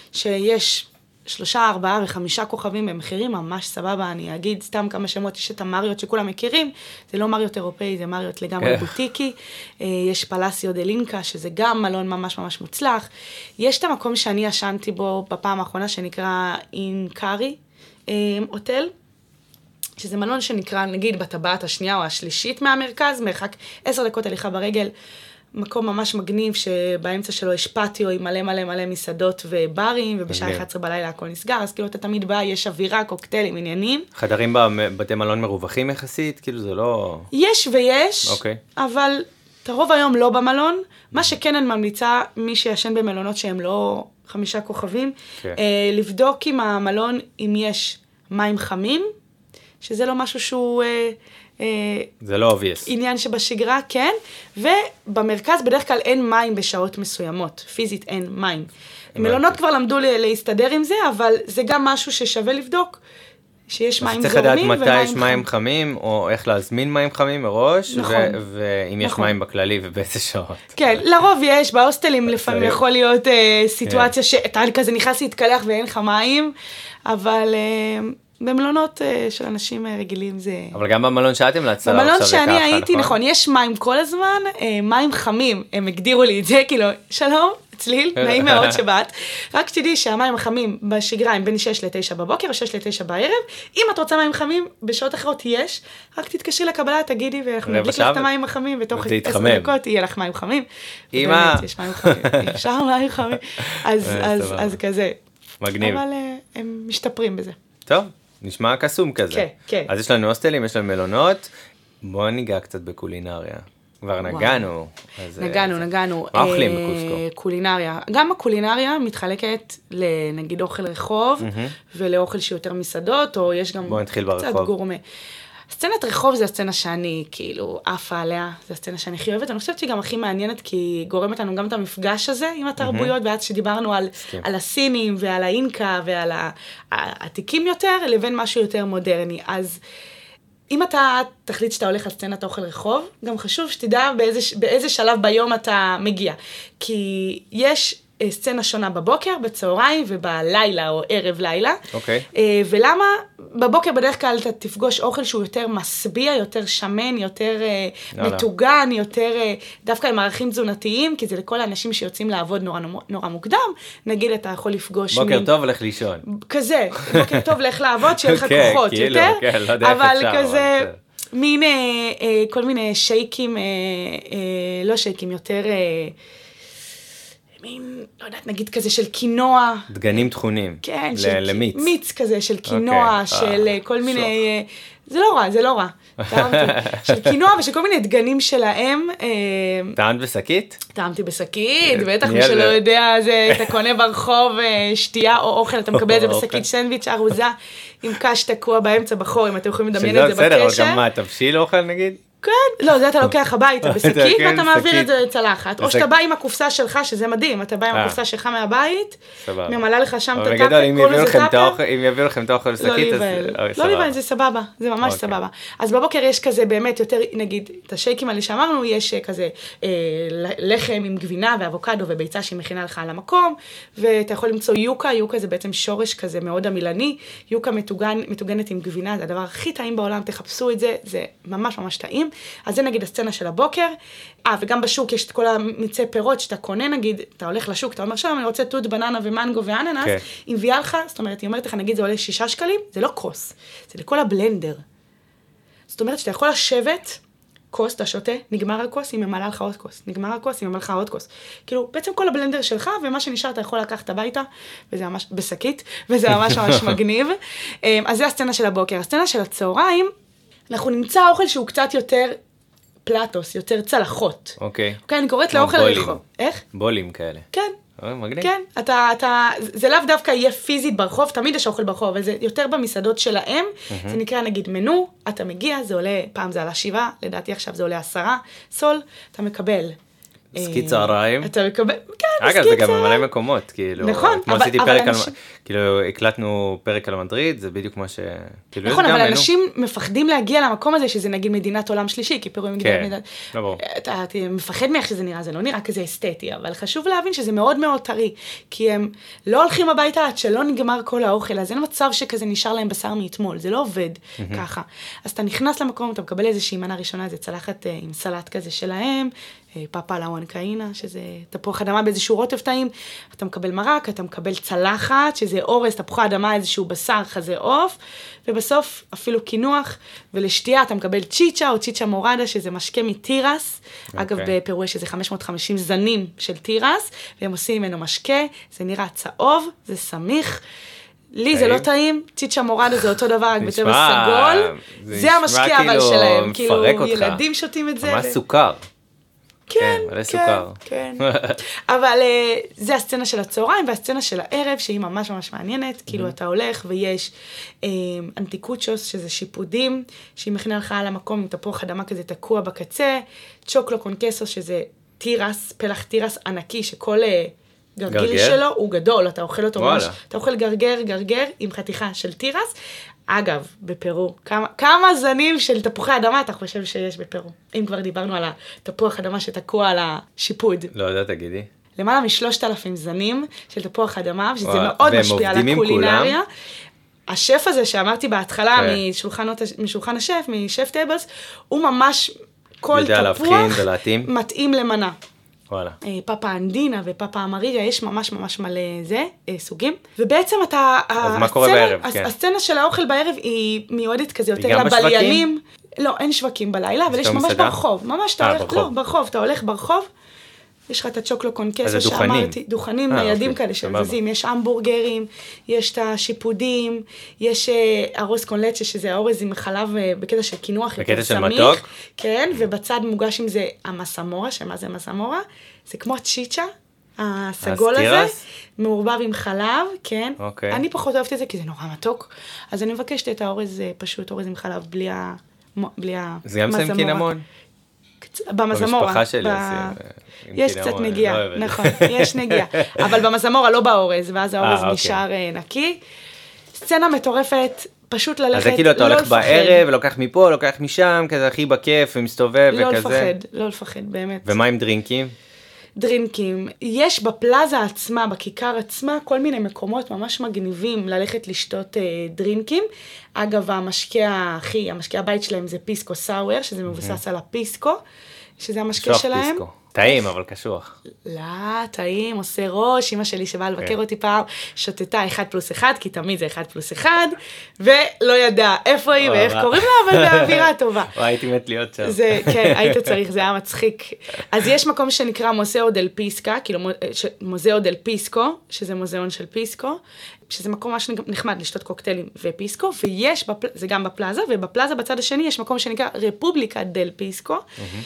שיש שלושה, ארבעה וחמישה כוכבים במחירים ממש סבבה, אני אגיד סתם כמה שמות, יש את המריות שכולם מכירים, זה לא מריות אירופאי, זה מריות לגמרי בוטיקי, יש פלסיו דה לינקה, שזה גם מלון ממש ממש מוצלח, יש את המקום שאני ישנתי בו בפעם האחרונה, שנקרא אינקארי הוטל, שזה מלון שנקרא, נגיד, בטבעת השנייה או השלישית מהמרכז, מרחק עשר דקות הליכה ברגל, מקום ממש מגניב שבאמצע שלו יש פטיו עם מלא מלא מלא מסעדות וברים, ובשעה אחת עשרה בלילה הכל נסגר, אז כאילו אתה תמיד בא, יש אווירה, קוקטיילים, עניינים. חדרים בבתי מלון מרווחים יחסית? כאילו זה לא... יש ויש, אבל את הרוב היום לא במלון. מה שכן אני ממליצה, מי שישן במלונות שהם לא חמישה כוכבים, לבדוק עם המלון אם יש מים חמים, שזה לא משהו שהוא... זה לא obvious. עניין שבשגרה, כן, ובמרכז בדרך כלל אין מים בשעות מסוימות, פיזית אין מים. מלונות כבר למדו להסתדר עם זה, אבל זה גם משהו ששווה לבדוק, שיש מים צריך זורמים לדעת מתי יש חמים. מים חמים, או איך להזמין מים חמים מראש, נכון. ו- ואם יש נכון. מים בכללי ובאיזה שעות. כן, לרוב יש, בהוסטלים לפעמים צריך. יכול להיות אה, סיטואציה שאתה כזה נכנס להתקלח ואין לך מים, אבל אה, במלונות אה, של אנשים אה, רגילים זה... אבל גם במלון שאתם להצלה במלון עכשיו זה שאני ככה, הייתי, נכון? נכון, יש מים כל הזמן, אה, מים חמים, הם הגדירו לי את זה, כאילו, שלום, צליל, נעים מאוד שבאת, רק שתדעי שהמים החמים בשגרה הם בין שש לתשע בבוקר או שש לתשע בערב, אם את רוצה מים חמים, בשעות אחרות יש, רק תתקשרי לקבלה, תגידי, ואנחנו נדליק לך את המים החמים, ותוך עשר דקות יהיה לך מים חמים. אמא. באמת, יש מים חמים, אפשר מים חמים, אז, אז, אז כזה. מגניב. אבל הם משתפרים בזה. טוב, נשמע קסום כזה. כן, כן. אז יש לנו הוסטלים, יש לנו מלונות, בואו ניגע קצת בקולינריה. כבר נגענו. אז, נגענו, אז... נגענו. מה אוכלים אה, בקוסקו? קולינריה. גם הקולינריה מתחלקת לנגיד אוכל רחוב, ולאוכל שיותר מסעדות, או יש גם בוא נתחיל קצת ברחוב. גורמה. סצנת רחוב זה הסצנה שאני כאילו עפה עליה, זה הסצנה שאני הכי אוהבת, אני חושבת שהיא גם הכי מעניינת, כי היא גורמת לנו גם את המפגש הזה עם התרבויות, ואז שדיברנו על, על הסינים ועל האינקה ועל העתיקים יותר, לבין משהו יותר מודרני. אז אם אתה תחליט שאתה הולך על סצנת אוכל רחוב, גם חשוב שתדע באיזה, באיזה שלב ביום אתה מגיע. כי יש סצנה שונה בבוקר, בצהריים ובלילה או ערב לילה. אוקיי. ולמה בבוקר בדרך כלל אתה תפגוש אוכל שהוא יותר משביע, יותר שמן, יותר מטוגן, יותר דווקא עם ערכים תזונתיים, כי זה לכל האנשים שיוצאים לעבוד נורא, נורא מוקדם. נגיד אתה יכול לפגוש... בוקר טוב, לך לישון. כזה, בוקר טוב, לך לעבוד, שיהיה לך כוחות כאילו, יותר. כן, לא יודע איך אבל אפשר, כזה... אבל... מין כל מיני שייקים, לא שייקים, יותר... מין, לא יודעת, נגיד כזה של קינוע. דגנים תכונים. כן, ל- של למיץ. מיץ כזה, של קינוע, Okay. של אה, כל מיני, שוק. זה לא רע, זה לא רע. של קינוע ושל כל מיני דגנים שלהם. טענת בשקית? טעמתי בשקית, בטח מי נהיה שלא זה. יודע, זה אתה קונה ברחוב שתייה או אוכל, אתה מקבל את זה בשקית סנדוויץ' ארוזה, עם קש תקוע באמצע בחור, אם אתם יכולים לדמיין את זה בסדר, אבל בקשר. גם מה, תבשיל אוכל נגיד? כן, לא, זה אתה לוקח הביתה בשקית, כן, ואתה מעביר שקית. את זה לצלחת. או בשק- שאתה בא עם הקופסה שלך, שזה מדהים, אתה בא עם אה. הקופסה שלך מהבית, סבבה. ממלא לך שם את אבל הטאפר, בגדול, אם קוראים יביאו לזה לכם את טאפר. האוכל- אם יביאו לכם את האוכל לא בשקית, אז... להיבהל, אוי, לא סבבה. להיבהל, זה סבבה, זה ממש אוקיי. סבבה. אז בבוקר יש כזה באמת יותר, נגיד, את השייקים האלה שאמרנו, יש אה, כזה אה, לחם עם גבינה ואבוקדו וביצה שהיא מכינה לך על המקום, ואתה יכול למצוא יוקה, יוקה זה בעצם שורש כזה מאוד עמילני, יוקה מטוגן, מטוגנת עם גבינה, זה הדבר הכי טעים בעולם, תחפשו את זה, זה ממש ממש טעים. אז זה נגיד הסצנה של הבוקר, אה, וגם בשוק יש את כל המיצי פירות שאתה קונה, נגיד, אתה הולך לשוק, אתה אומר שלום, אני רוצה תות, בננה ומנגו ואננס, כן. היא מביאה לך, זאת אומרת, היא אומרת לך, נגיד, זה עולה שישה שקלים, זה לא כוס, זה לכל הבלנדר. זאת אומרת, שאתה יכול לשבת, כוס, אתה שותה, נגמר הכוס, היא ממלאה לך עוד כוס, נגמר הכוס, היא ממלאה לך עוד כוס. כאילו, בעצם כל הבלנדר שלך, ומה שנשאר אתה יכול לקחת הביתה, וזה ממש בשקית, וזה ממש ממש מגניב. אז זה הסצנה של הבוקר. הסצנה של הצהריים, אנחנו נמצא אוכל שהוא קצת יותר פלטוס, יותר צלחות. אוקיי. אוקיי, אני קוראת כמו לאוכל בולים. הרחוב. איך? בולים כאלה. כן. אוי, מגניב. כן, אתה, אתה, זה לאו דווקא יהיה פיזית ברחוב, תמיד יש אוכל ברחוב, אבל זה יותר במסעדות שלהם, זה נקרא נגיד מנו, אתה מגיע, זה עולה, פעם זה עלה שבעה, לדעתי עכשיו זה עולה עשרה, סול, אתה מקבל. סקי צהריים. אתה מקבל, כן, אגב, סקי זה גם צהריים. ממלא מקומות, כאילו. נכון, כמו אבל- עשיתי אבל פרק על... אנשים- כאילו, הקלטנו פרק על מדריד, זה בדיוק מה ש... כאילו, נכון, יש גם אבל מנו. אנשים מפחדים להגיע למקום הזה, שזה נגיד מדינת עולם שלישי, כי פירורים כן, מדינת... לא ברור. אתה, אתה מפחד מאיך שזה נראה, זה לא נראה כזה אסתטי, אבל חשוב להבין שזה מאוד מאוד טרי, כי הם לא הולכים הביתה עד שלא נגמר כל האוכל, אז אין מצב שכזה נשאר להם בשר מאתמול, זה לא עובד ככה. אז אתה נכנס למקום, אתה מקבל איזושהי מנה ראשונה, איזה צלחת אה, עם סלט כזה שלהם, אה, פאפה לאואנקאינה, שזה תפוח אדמה באיזשהו רוטב טעים, אתה מקבל מרק, אתה מקבל צלחת, שזה אורז, תפוח אדמה, איזשהו בשר, חזה עוף, ובסוף אפילו קינוח, ולשתייה אתה מקבל צ'יצ'ה או צ'יצ'ה מורדה, שזה משקה מתירס, okay. אגב בפרו יש איזה חמש מאות וחמישים זנים של תירס, והם עושים ממנו משקה, זה נראה צהוב, זה סמיך, לי זה לא טעים, צ'יצ'ה מורדה זה אותו דבר, רק בצבע סגול, זה המשקה אבל שלהם, כאילו ילדים שותים את זה. ממש סוכר. כן, מלא כן, סוכר. כן. אבל uh, זה הסצנה של הצהריים והסצנה של הערב, שהיא ממש ממש מעניינת, כאילו אתה הולך ויש um, אנטיקוצ'וס, שזה שיפודים, שהיא מכינה לך על המקום עם תפוח אדמה כזה תקוע בקצה, צ'וקלו קונקסו, שזה תירס, פלח תירס ענקי, שכל uh, גרגיר שלו הוא גדול, אתה אוכל אותו ממש, אתה אוכל גרגר, גרגר עם חתיכה של תירס. אגב, בפרו, כמה, כמה זנים של תפוחי אדמה אתה חושב שיש בפרו? אם כבר דיברנו על התפוח אדמה שתקוע על השיפוד. לא יודע, תגידי. למעלה משלושת אלפים זנים של תפוח אדמה, שזה מאוד משפיע על הקולינריה. השף הזה שאמרתי בהתחלה, משולחן השף, משף טייבלס, הוא ממש כל תפוח מתאים למנה. וואלה. פאפה אנדינה ופאפה אמריג'ה, יש ממש ממש מלא זה, סוגים. ובעצם אתה... אז מה קורה בערב? הסצנה של האוכל בערב היא מיועדת כזה יותר לבליינים. לא, אין שווקים בלילה, אבל יש ממש ברחוב. ממש אתה הולך, לא, ברחוב, אתה הולך ברחוב, יש לך את הצ'וקלו קונקסו שאמרתי, דוכנים ניידים כאלה שזזים, יש המבורגרים, יש את השיפודים, יש ארוז קונלצ'ה, שזה האורז עם חלב בקטע של קינוח, בקטע של מתוק? כן, ובצד מוגש עם זה המסמורה, שמה זה מסמורה? זה כמו הצ'יצ'ה, הסגול הזה, מעורבב עם חלב, כן. אני פחות אוהבת את זה, כי זה נורא מתוק, אז אני מבקשת את האורז, פשוט אורז עם חלב, בלי המסמורה. זה גם שם קינמון? במזמורה. במשפחה שלי. יש קצת נגיעה, נכון, יש נגיעה. אבל במזמורה לא באורז, ואז האורז נשאר נקי. סצנה מטורפת, פשוט ללכת, לא לפחד. אז זה כאילו אתה הולך בערב, לוקח מפה, לוקח משם, כזה הכי בכיף, ומסתובב וכזה. לא לפחד, לא לפחד, באמת. ומה עם דרינקים? דרינקים. יש בפלאזה עצמה, בכיכר עצמה, כל מיני מקומות ממש מגניבים ללכת לשתות דרינקים. אגב, המשקיע הכי, המשקיע הבית שלהם זה פיסקו סאואר, שזה מבוסס על הפיסקו, שזה המשקיע שלהם. פיסקו. טעים, אבל קשוח. לא, טעים, עושה ראש, אמא שלי שבאה לבקר אותי פעם, שוטטה אחד פלוס אחד, כי תמיד זה אחד פלוס אחד, ולא ידע איפה היא ואיך קוראים לה, אבל באווירה טובה. הייתי מת להיות שם. כן, היית צריך, זה היה מצחיק. אז יש מקום שנקרא מוזאו דל פיסקה, כאילו מוזאו דל פיסקו, שזה מוזיאון של פיסקו, שזה מקום ממש נחמד לשתות קוקטיילים ופיסקו, ויש, זה גם בפלאזה, ובפלאזה בצד השני יש מקום שנקרא רפובליקה דל פיסקו,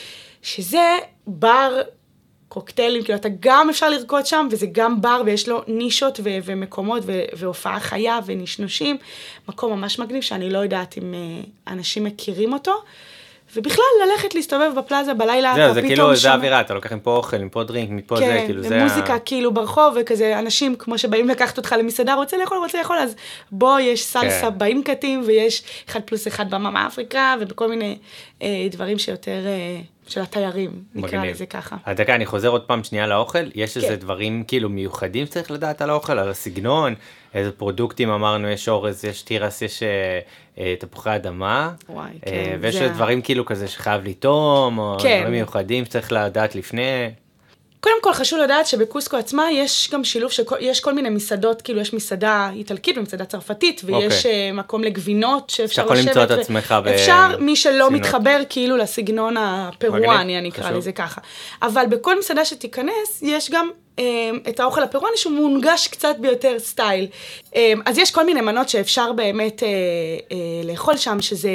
שזה בר קוקטיילים, כאילו אתה גם אפשר לרקוד שם, וזה גם בר, ויש לו נישות ו- ומקומות, ו- והופעה חיה ונשנושים, מקום ממש מגניב, שאני לא יודעת אם uh, אנשים מכירים אותו, ובכלל ללכת להסתובב בפלאזה בלילה, זה, זה כאילו, זה אווירה, אתה לוקח עם פה אוכל, עם פה דרינק, מפה כן, זה, כאילו זה... כן, מוזיקה כאילו ברחוב, וכזה אנשים, כמו שבאים לקחת אותך למסעדה, רוצה לאכול, רוצה לאכול, אז בוא, יש סלסה כן. באים קטים, ויש אחד פלוס אחד במאמה אפריקה, ובכל מיני אה, דברים שיותר... אה, של התיירים, נקרא לזה ככה. הדקה, אני חוזר עוד פעם שנייה לאוכל, יש איזה דברים כאילו מיוחדים שצריך לדעת על האוכל, על הסגנון, איזה פרודוקטים אמרנו, יש אורז, יש תירס, יש תפוחי אדמה, ויש דברים כאילו כזה שחייב לטום, או דברים מיוחדים שצריך לדעת לפני. קודם כל חשוב לדעת שבקוסקו עצמה יש גם שילוב שיש כל מיני מסעדות, כאילו יש מסעדה איטלקית ומסעדה צרפתית, ויש מקום לגבינות שאפשר לשבת. למצוא את עצמך ב... אפשר מי שלא מתחבר כאילו לסגנון הפרואני, אני אקרא לזה ככה. אבל בכל מסעדה שתיכנס, יש גם את האוכל הפרואני שהוא מונגש קצת ביותר סטייל. אז יש כל מיני מנות שאפשר באמת לאכול שם, שזה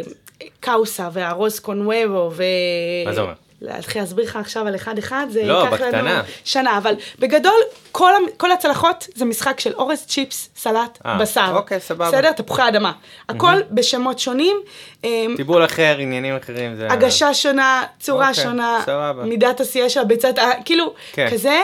קאוסה והארוז קונוובו ו... מה זה אומר? להתחיל להסביר לך עכשיו על אחד אחד, זה לא, ייקח בקטנה. לנו שנה, אבל בגדול, כל, כל הצלחות זה משחק של אורז, צ'יפס, סלט, 아, בשר. אוקיי, סבבה. בסדר? תפוחי אדמה. הכל mm-hmm. בשמות שונים. טיבול אחר, עניינים אחרים. זה... הגשה שונה, צורה אוקיי, שונה, סבבה. מידת עשייה של הביצת, כאילו, כן. כזה.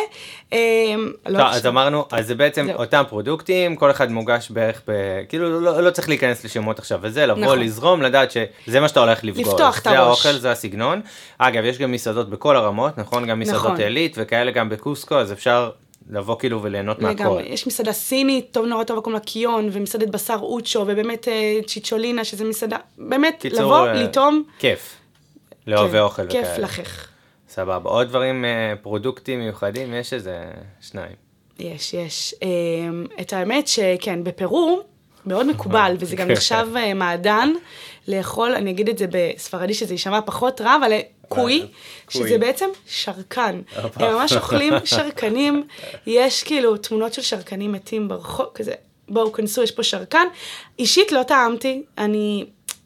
לא, לא אז אמרנו, אז זה בעצם זהו. אותם פרודוקטים, כל אחד מוגש בערך ב... כאילו, לא, לא צריך להיכנס לשמות עכשיו, וזה לבוא, נכון. לזרום, לדעת שזה מה שאתה הולך לפגוש. לפתוח את הראש. זה האוכל, זה הסגנון. אגב, יש גם מסעדות בכל הרמות, נכון? גם מסעדות נכון. עילית וכאלה גם בקוסקו, אז אפשר לבוא כאילו וליהנות מהכל. יש מסעדה סינית, טוב נורא טוב הקום לקיון, ומסעדת בשר אוצ'ו, ובאמת צ'יצ'ולינה, שזה מסעדה, באמת קיצור, לבוא, לטום. כיף. לאוהבי אוכל וכאלה. כיף לחך. סבבה. עוד דברים, פרודוקטים מיוחדים, יש איזה שניים. יש, יש. את האמת שכן, בפרו, מאוד מקובל, וזה גם נחשב מעדן, לאכול, אני אגיד את זה בספרדי, שזה יישמע פחות רע, אבל קוי, שזה בעצם שרקן. הם ממש אוכלים שרקנים, יש כאילו תמונות של שרקנים מתים ברחוב, כזה, בואו כנסו, יש פה שרקן. אישית לא טעמתי, אני...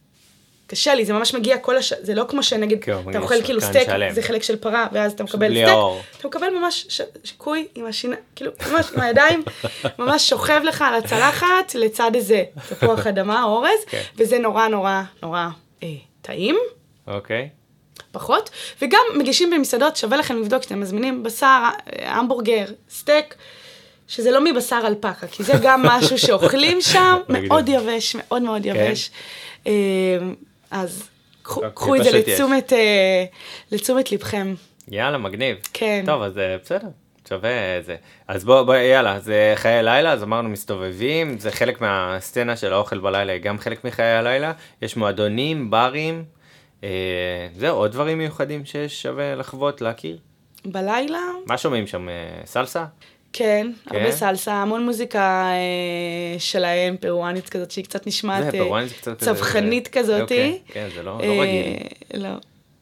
קשה לי, זה ממש מגיע כל הש... זה לא כמו שנגיד, אתה אוכל כאילו סטייק, זה חלק של פרה, ואז אתה מקבל סטייק, אתה מקבל ממש שקוי עם השינה, כאילו, ממש עם הידיים, ממש שוכב לך על הצלחת, לצד איזה תפוח אדמה, אורז, וזה נורא נורא נורא טעים. אוקיי. פחות, וגם מגישים במסעדות, שווה לכם לבדוק שאתם מזמינים בשר, המבורגר, סטייק, שזה לא מבשר אלפקה, כי זה גם משהו שאוכלים שם, מאוד יבש, מאוד מאוד יבש. אז קחו את זה לתשומת, לתשומת לבכם. יאללה, מגניב. כן. טוב, אז בסדר, שווה זה. אז בוא, בוא, יאללה, זה חיי לילה, אז אמרנו מסתובבים, זה חלק מהסצנה של האוכל בלילה, גם חלק מחיי הלילה, יש מועדונים, ברים, אה, זהו, עוד דברים מיוחדים שיש שווה לחוות, להכיר. בלילה? מה שומעים שם? סלסה? כן, כן, הרבה סלסה, המון מוזיקה אה, שלהם, פרואנית כזאת, שהיא קצת נשמעת אה, צווחנית כזאת. אוקיי, כן, זה לא, לא רגיל. אה, לא.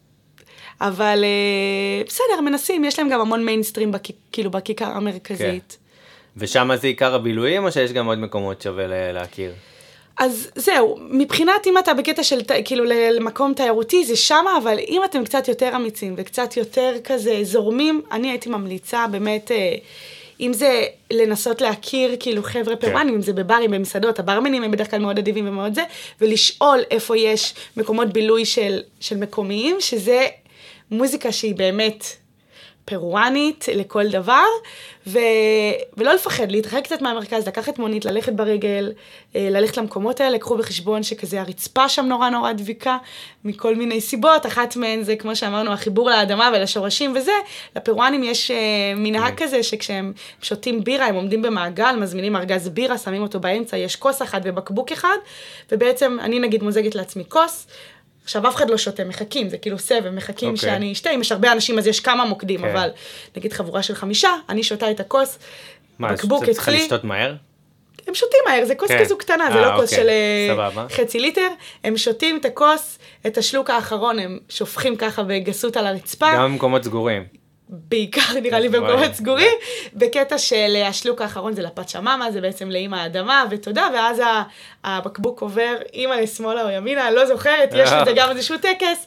אבל אה, בסדר, מנסים, יש להם גם המון מיינסטרים, בכ, כאילו בכיכר המרכזית. כן. ושם זה עיקר הבילויים, או שיש גם עוד מקומות שווה להכיר? אז זהו, מבחינת אם אתה בקטע של, כאילו, למקום תיירותי, זה שמה, אבל אם אתם קצת יותר אמיצים, וקצת יותר כזה זורמים, אני הייתי ממליצה באמת, אם זה לנסות להכיר, כאילו, חבר'ה פרואנים, אם זה בברים, במסעדות, הברמנים הם בדרך כלל מאוד אדיבים ומאוד זה, ולשאול איפה יש מקומות בילוי של, של מקומיים, שזה מוזיקה שהיא באמת פרואנית לכל דבר, ו... ולא לפחד, להתרחק קצת מהמרכז, לקחת מונית, ללכת ברגל, ללכת למקומות האלה, קחו בחשבון שכזה הרצפה שם נורא נורא דביקה, מכל מיני סיבות, אחת מהן זה כמו שאמרנו, החיבור לאדמה ולשורשים וזה, לפרואנים יש מנהג כזה, שכשהם שותים בירה, הם עומדים במעגל, מזמינים ארגז בירה, שמים אותו באמצע, יש כוס אחד ובקבוק אחד, ובעצם אני נגיד מוזגת לעצמי כוס, עכשיו אף אחד לא שותה, מחכים, זה כאילו סבב, מחכים okay. שאני אשתה, אם יש הרבה אנשים אז יש כמה מוקדים, okay. אבל נגיד חבורה של חמישה, אני שותה את הכוס, מה, בקבוק אצלי. צריכה לשתות מהר? הם שותים מהר, זה כוס okay. כזו קטנה, 아, זה לא כוס okay. של סבבה. חצי ליטר, הם שותים את הכוס, את השלוק האחרון, הם שופכים ככה בגסות על הרצפה. גם במקומות סגורים. בעיקר נראה לי במקומות סגורים, בקטע של השלוק האחרון זה לפת שממה, זה בעצם לאמא האדמה, ותודה, ואז הבקבוק עובר אמא לשמאלה או ימינה, לא זוכרת, יש לזה גם איזשהו טקס,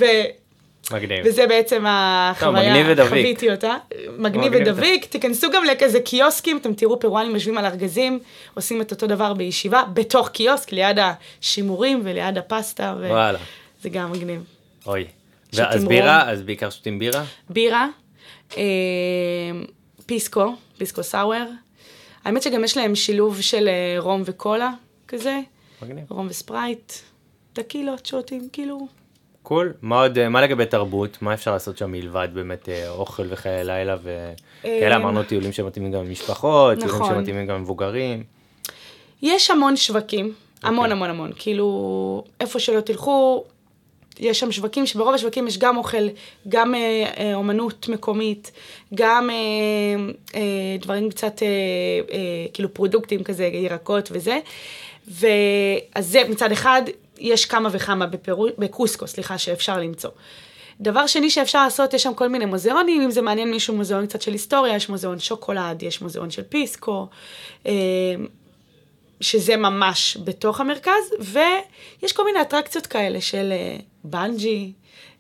וזה בעצם החוויה, חוויתי אותה. מגניב ודביק, תיכנסו גם לכזה קיוסקים, אתם תראו פרואנים יושבים על ארגזים, עושים את אותו דבר בישיבה, בתוך קיוסק, ליד השימורים וליד הפסטה, וזה גם מגניב. אוי. אז בירה, אז בעיקר שותים בירה? בירה, אה, פיסקו, פיסקו סאואר. האמת שגם יש להם שילוב של רום וקולה, כזה. מגניב. רום וספרייט, טקילות, שוטים, כאילו. קול. מה עוד, מה לגבי תרבות? מה אפשר לעשות שם מלבד באמת אוכל וחיי לילה וכאלה? אמרנו טיולים שמתאימים גם למשפחות, טיולים שמתאימים גם למבוגרים. יש המון שווקים, המון המון המון. כאילו, איפה שלא תלכו, יש שם שווקים, שברוב השווקים יש גם אוכל, גם אה, אומנות מקומית, גם אה, אה, דברים קצת, אה, אה, כאילו פרודוקטים כזה, ירקות וזה. ואז זה מצד אחד, יש כמה וכמה בפרו, בקוסקו, סליחה, שאפשר למצוא. דבר שני שאפשר לעשות, יש שם כל מיני מוזיאונים, אם זה מעניין מישהו, מוזיאון קצת של היסטוריה, יש מוזיאון שוקולד, יש מוזיאון של פיסקו, אה, שזה ממש בתוך המרכז, ויש כל מיני אטרקציות כאלה של בנג'י,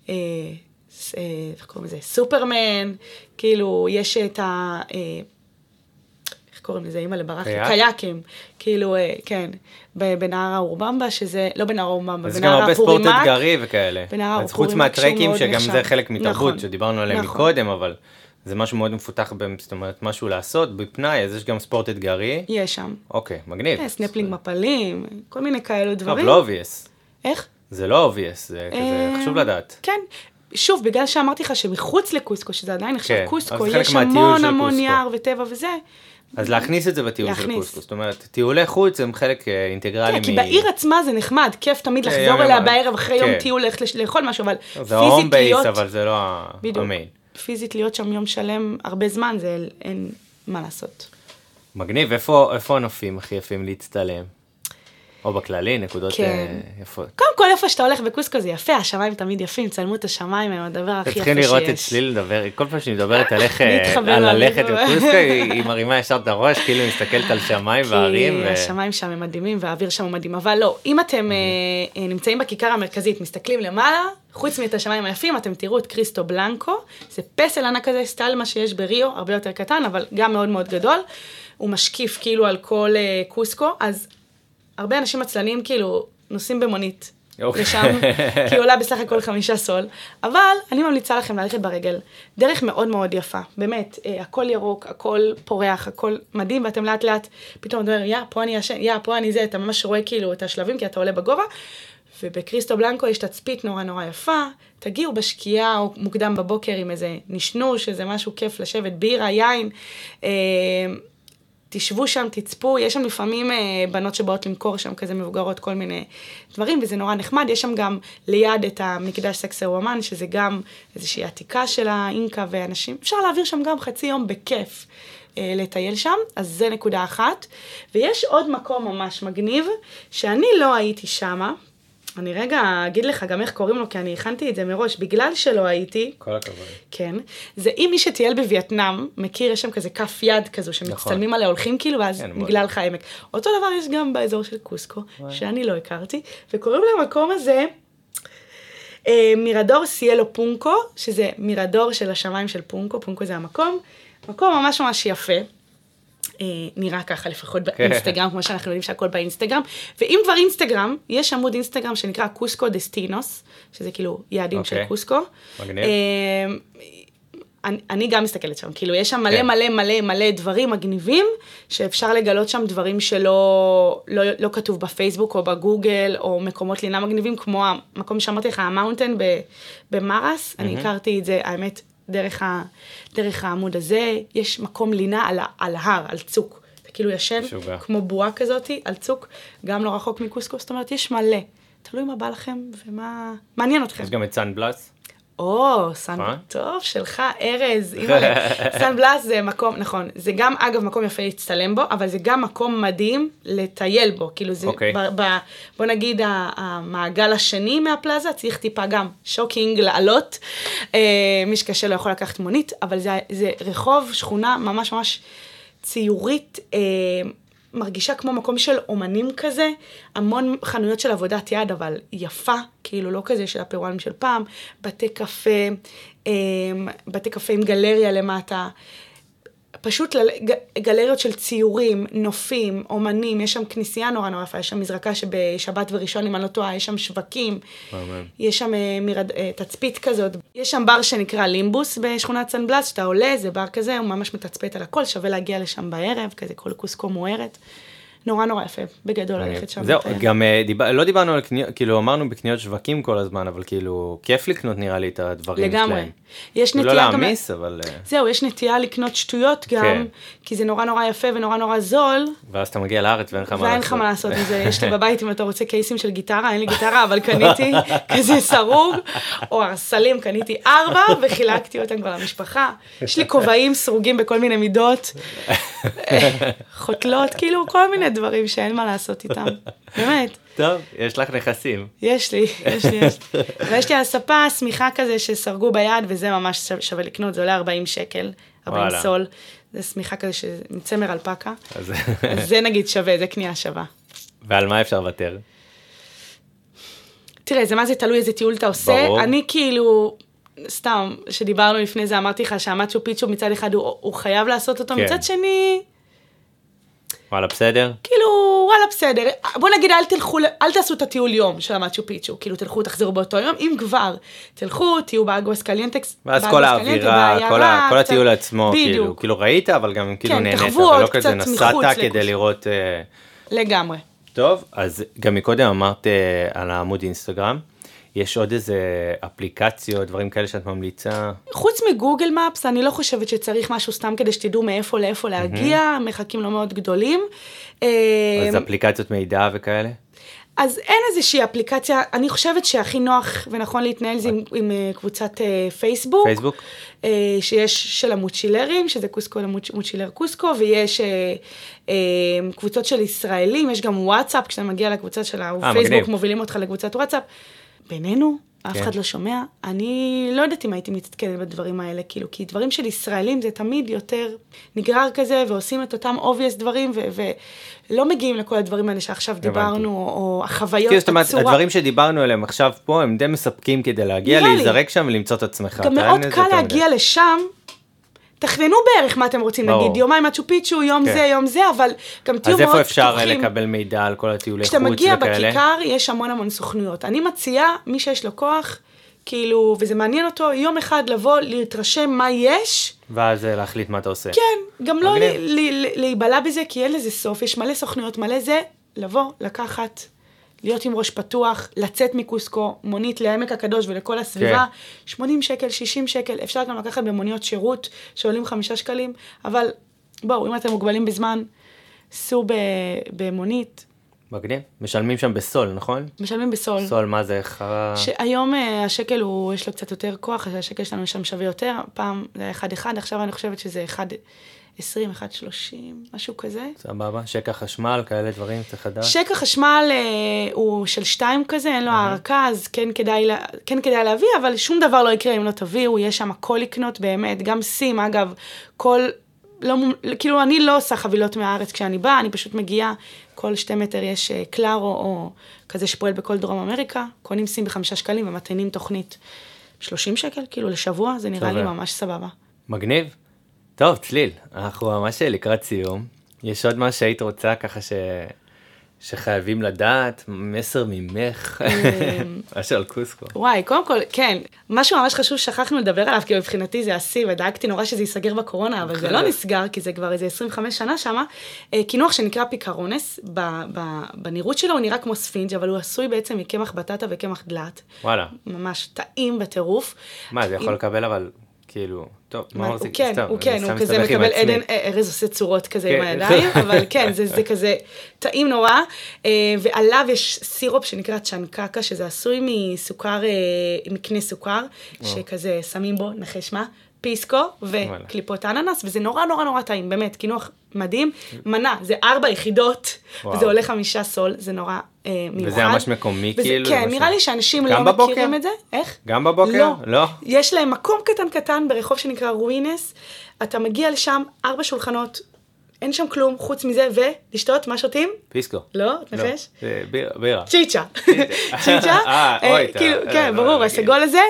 איך קוראים לזה? סופרמן, כאילו יש את ה... איך קוראים לזה? אימא לברח? קייקים, כאילו, כן, בנהר האורבמבה, שזה, לא בנהר האורבמבה, בנהר הפורימק. זה גם הרבה ספורט אתגרי וכאלה. בנהר הפורימק. חוץ מהטרקים, שגם זה חלק מתרבות, שדיברנו עליהם מקודם, אבל... זה משהו מאוד מפותח, זאת אומרת, משהו לעשות, בפנאי, אז יש גם ספורט אתגרי. יש שם. אוקיי, מגניב. סנפלינג מפלים, כל מיני כאלו דברים. טוב, לא אובייס. איך? זה לא אובייס, זה כזה חשוב לדעת. כן, שוב, בגלל שאמרתי לך שמחוץ לקוסקו, שזה עדיין עכשיו קוסקו, יש המון המון יער וטבע וזה. אז להכניס את זה בטיול של קוסקו, זאת אומרת, טיולי חוץ הם חלק אינטגרלי. כן, כי בעיר עצמה זה נחמד, כיף תמיד לחזור אליה בערב אחרי יום טיול, לאכול משהו, אבל זה ההום בייס, אבל זה לא המיין. פיזית להיות שם יום שלם הרבה זמן, זה אין מה לעשות. מגניב, איפה, איפה הנופים הכי יפים להצטלם? או בכללי, נקודות כן. יפות. קודם כל, איפה שאתה הולך בקוסקו זה יפה, השמיים תמיד יפים, צלמו את השמיים, הם הדבר הכי יפה שיש. צריכים לראות את צליל לדבר, כל פעם שאני מדברת עליך, על ללכת בקוסקו, היא מרימה ישר את הראש, כאילו מסתכלת על שמיים והרים. כי השמיים שם הם מדהימים, והאוויר שם הוא מדהים, אבל לא, אם אתם נמצאים בכיכר המרכזית, מסתכלים למעלה, חוץ מאת השמיים היפים, אתם תראו את קריסטו בלנקו, זה פסל ענק כזה, סטייל מה שיש בריו, הרבה יותר קטן, אבל גם מאוד מאוד גדול. הוא משקיף כאילו על כל קוסקו, אז הרבה אנשים עצלנים כאילו נוסעים במונית לשם, כי היא עולה בסך הכל חמישה סול, אבל אני ממליצה לכם ללכת ברגל, דרך מאוד מאוד יפה, באמת, הכל ירוק, הכל פורח, הכל מדהים, ואתם לאט לאט, פתאום אתה אומר, יא, פה אני ישן, יא, פה אני זה, אתה ממש רואה כאילו את השלבים, כי אתה עולה בגובה, ובקריסטו בלנקו יש תצפית נורא נורא יפה, תגיעו בשקיעה או מוקדם בבוקר עם איזה נשנוש, איזה משהו כיף לשבת, בירה, יין, תשבו שם, תצפו, יש שם לפעמים בנות שבאות למכור שם כזה מבוגרות, כל מיני דברים, וזה נורא נחמד, יש שם גם ליד את המקדש סקסר אומן, שזה גם איזושהי עתיקה של האינקה ואנשים, אפשר להעביר שם גם חצי יום בכיף לטייל שם, אז זה נקודה אחת, ויש עוד מקום ממש מגניב, שאני לא הייתי שמה, אני רגע אגיד לך גם איך קוראים לו, כי אני הכנתי את זה מראש, בגלל שלא הייתי. כל הכבוד. כן. זה אם מי שטייל בווייטנאם, מכיר, יש שם כזה כף יד כזו, שמצטלמים עליה, הולכים כאילו, ואז מגלל לך העמק. אותו דבר יש גם באזור של קוסקו, שאני לא הכרתי, וקוראים למקום הזה, מירדור סיאלו פונקו, שזה מירדור של השמיים של פונקו, פונקו זה המקום, מקום ממש ממש יפה. נראה ככה לפחות באינסטגרם, כמו שאנחנו יודעים שהכל באינסטגרם, ואם כבר אינסטגרם, יש עמוד אינסטגרם שנקרא קוסקו דסטינוס, שזה כאילו יעדים של קוסקו. מגניב. אני גם מסתכלת שם, כאילו יש שם מלא מלא מלא מלא דברים מגניבים, שאפשר לגלות שם דברים שלא לא כתוב בפייסבוק או בגוגל, או מקומות לינה מגניבים, כמו המקום שאמרתי לך, המאונטן במרס, אני הכרתי את זה, האמת, דרך, ה, דרך העמוד הזה, יש מקום לינה על, על הר, על צוק. אתה כאילו ישן, שוגע. כמו בועה כזאת, על צוק, גם לא רחוק מקוסקו, זאת אומרת, יש מלא. תלוי מה בא לכם ומה מעניין אתכם. יש גם את סן בלאס? או, סן בלאס, טוב, שלך, ארז. סן בלאס זה מקום, נכון, זה גם, אגב, מקום יפה להצטלם בו, אבל זה גם מקום מדהים לטייל בו. כאילו זה, okay. ב, ב, בוא נגיד, המעגל השני מהפלאזה, צריך טיפה גם שוקינג לעלות. אה, מי שקשה לא יכול לקחת מונית, אבל זה, זה רחוב, שכונה ממש ממש ציורית, אה, מרגישה כמו מקום של אומנים כזה, המון חנויות של עבודת יד, אבל יפה, כאילו לא כזה של הפירואנים של פעם, בתי קפה, בתי קפה עם גלריה למטה, פשוט גלריות של ציורים, נופים, אומנים, יש שם כנסייה נורא נורא יפה, יש שם מזרקה שבשבת וראשון, אם אני לא טועה, יש שם שווקים, יש שם מרד, תצפית כזאת, יש שם בר שנקרא לימבוס בשכונת סן בלאס, שאתה עולה, זה בר כזה, הוא ממש מתצפת על הכל, שווה להגיע לשם בערב, כזה כל קוסקו מוארת. נורא נורא יפה, בגדול ללכת שם. זהו, גם לא דיברנו על קניות, כאילו אמרנו בקניות שווקים כל הזמן, אבל כאילו כיף לקנות נראה לי את הדברים שלהם. לגמרי. יש נטייה גם... לא להמיס, אבל... זהו, יש נטייה לקנות שטויות גם, כי זה נורא נורא יפה ונורא נורא זול. ואז אתה מגיע לארץ ואין לך מה לעשות. ואין לך מה לעשות עם זה. יש לי בבית, אם אתה רוצה קייסים של גיטרה, אין לי גיטרה, אבל קניתי כזה סרוג, או הרסלים, קניתי ארבע, וחילקתי אותם כבר למשפחה. יש לי כובעים סרוגים בכל מיני מידות, חותלות, כאילו כל מיני דברים שאין מה לעשות איתם. באמת. טוב, יש לך נכסים. יש לי, יש לי, יש לי. ויש לי על ספה סמיכה כזה שסרגו ביד, וזה ממש שווה לקנות, זה עולה ארבעים שקל, ארבעים סול. זה סמיכה כזה שמצמר אלפקה. אז זה נגיד שווה, זה קנייה שווה. ועל מה אפשר לוותר? תראה, זה מה זה תלוי איזה טיול אתה עושה. ברור. אני כאילו, סתם, שדיברנו לפני זה, אמרתי לך שהמצ'ו פיצ'ו מצד אחד הוא, הוא חייב לעשות אותו, כן. מצד שני... וואלה בסדר? כאילו, וואלה בסדר. בוא נגיד, אל תלכו, אל תעשו את הטיול יום של המצ'ו פיצ'ו. כאילו, תלכו, תחזרו באותו יום. אם כבר, תלכו, תהיו באגוס קליינטקס. ואז כל האווירה, כל, ה, כל הטיול עצמו, כאילו, כאילו ראית, אבל גם כאילו כן, נהנית, אבל לא כזה נסעת כדי לראות... לגמרי. טוב, אז גם מקודם אמרת על העמוד אינסטגרם. יש עוד איזה אפליקציות, דברים כאלה שאת ממליצה? חוץ מגוגל מפס, אני לא חושבת שצריך משהו סתם כדי שתדעו מאיפה לאיפה להגיע, מחכים לא מאוד גדולים. אז אפליקציות מידע וכאלה? אז אין איזושהי אפליקציה, אני חושבת שהכי נוח ונכון להתנהל זה עם, עם קבוצת פייסבוק. פייסבוק? שיש של המוצ'ילרים, שזה קוסקו למוצ'ילר קוסקו, ויש קבוצות של ישראלים, יש גם וואטסאפ, כשאתה מגיע לקבוצה של הפייסבוק, מובילים אותך לקבוצת וואטסאפ. בינינו, אף אחד לא שומע, אני לא יודעת אם הייתי מתעדכנת בדברים האלה, כאילו, כי דברים של ישראלים זה תמיד יותר נגרר כזה, ועושים את אותם obvious דברים, ולא מגיעים לכל הדברים האלה שעכשיו דיברנו, או החוויות בצורה. זאת אומרת, הדברים שדיברנו עליהם עכשיו פה, הם די מספקים כדי להגיע, להיזרק שם ולמצוא את עצמך. גם מאוד קל להגיע לשם, תכננו בערך מה אתם רוצים, ברור. נגיד יומיים מצ'ו פיצ'ו, יום כן. זה, יום זה, אבל גם תהיו אז מאוד איפה אפשר פתוחים. לקבל מידע על כל הטיולי חוץ כשאתה וכאלה? מגיע בכיכר, יש המון המון סוכנויות. אני מציעה, מי שיש לו כוח, כאילו, וזה מעניין אותו, יום אחד לבוא, להתרשם מה יש. ואז להחליט מה אתה עושה. כן, גם לא מגניב. ל- ל- להיבלה בזה, כי אין לזה סוף, יש מלא סוכנויות, מלא זה, לבוא, לקחת, להיות עם ראש פתוח, לצאת מקוסקו, מונית לעמק הקדוש ולכל הסביבה, שמונים שקל, שישים שקל, אפשר גם לקחת במוניות שירות, שעולים חמישה שקלים, אבל בואו, אם אתם מוגבלים בזמן, סעו ב- במונית, מגניב. משלמים שם בסול, נכון? משלמים בסול. סול, מה זה? חרה... שהיום אה, השקל הוא, יש לו קצת יותר כוח, אז השקל שלנו שם שווה יותר, פעם זה היה אחד אחד, עכשיו אני חושבת שזה אחד עשרים, אחד שלושים, משהו כזה. סבבה, שקע חשמל, כאלה דברים, צריך לדעת. שקע חשמל אה, הוא של שתיים כזה, אין לו הערכה, אז כן כדאי, לה, כן כדאי להביא, אבל שום דבר לא יקרה אם לא תביאו, יש שם הכל לקנות באמת, גם סים, אגב, כל, לא, כאילו אני לא עושה חבילות מהארץ כשאני באה, אני פשוט מגיעה, כל שתי מטר יש אה, קלארו, או כזה שפועל בכל דרום אמריקה, קונים סים בחמישה שקלים ומתנים תוכנית שלושים שקל, כאילו לשבוע, זה נראה לי ממש סבבה. מגניב. טוב, צליל, אנחנו ממש לקראת סיום. יש עוד מה שהיית רוצה ככה ש... שחייבים לדעת, מסר ממך, משהו על קוסקו. וואי, קודם כל, כן, משהו ממש חשוב שכחנו לדבר עליו, כי מבחינתי זה השיא, ודאגתי נורא שזה ייסגר בקורונה, אבל זה לא נסגר, כי זה כבר איזה עשרים וחמש שנה שמה, כינוח שנקרא פיקרונס, בנראות שלו הוא נראה כמו ספינג', אבל הוא עשוי בעצם מקמח בטטה וקמח דלת. וואלה. ממש טעים בטירוף. מה, זה יכול לקבל אבל, כאילו, טוב, מה הוא מחזיק? כן, הוא כן, הוא כזה מקבל עדן, ארז עושה צורות כזה עם הידיים, אבל כן, זה כזה טעים נורא, ועליו יש סירופ שנקרא צ'אנקקה, שזה עשוי מסוכר, מקנה סוכר, שכזה שמים בו, נחש מה, פיסקו וקליפות אננס, וזה נורא נורא נורא טעים, באמת, קינוח מדהים, מנה, זה ארבע יחידות, וזה עולה חמישה סול, זה נורא מיוחד. וזה ממש מקומי כאילו? כן, נראה לי שאנשים לא מכירים את זה. איך? גם בבוקר? לא. יש להם מקום קטן קטן ברחוב שנקרא רוינס, אתה מגיע לשם, ארבע שולחנות, אין שם כלום חוץ מזה, ולשתות, מה שותים? פיסקו. לא, תנחש? בירה. צ'יצ'ה. צ'יצ'ה? כן, ברור, הסגול הזה,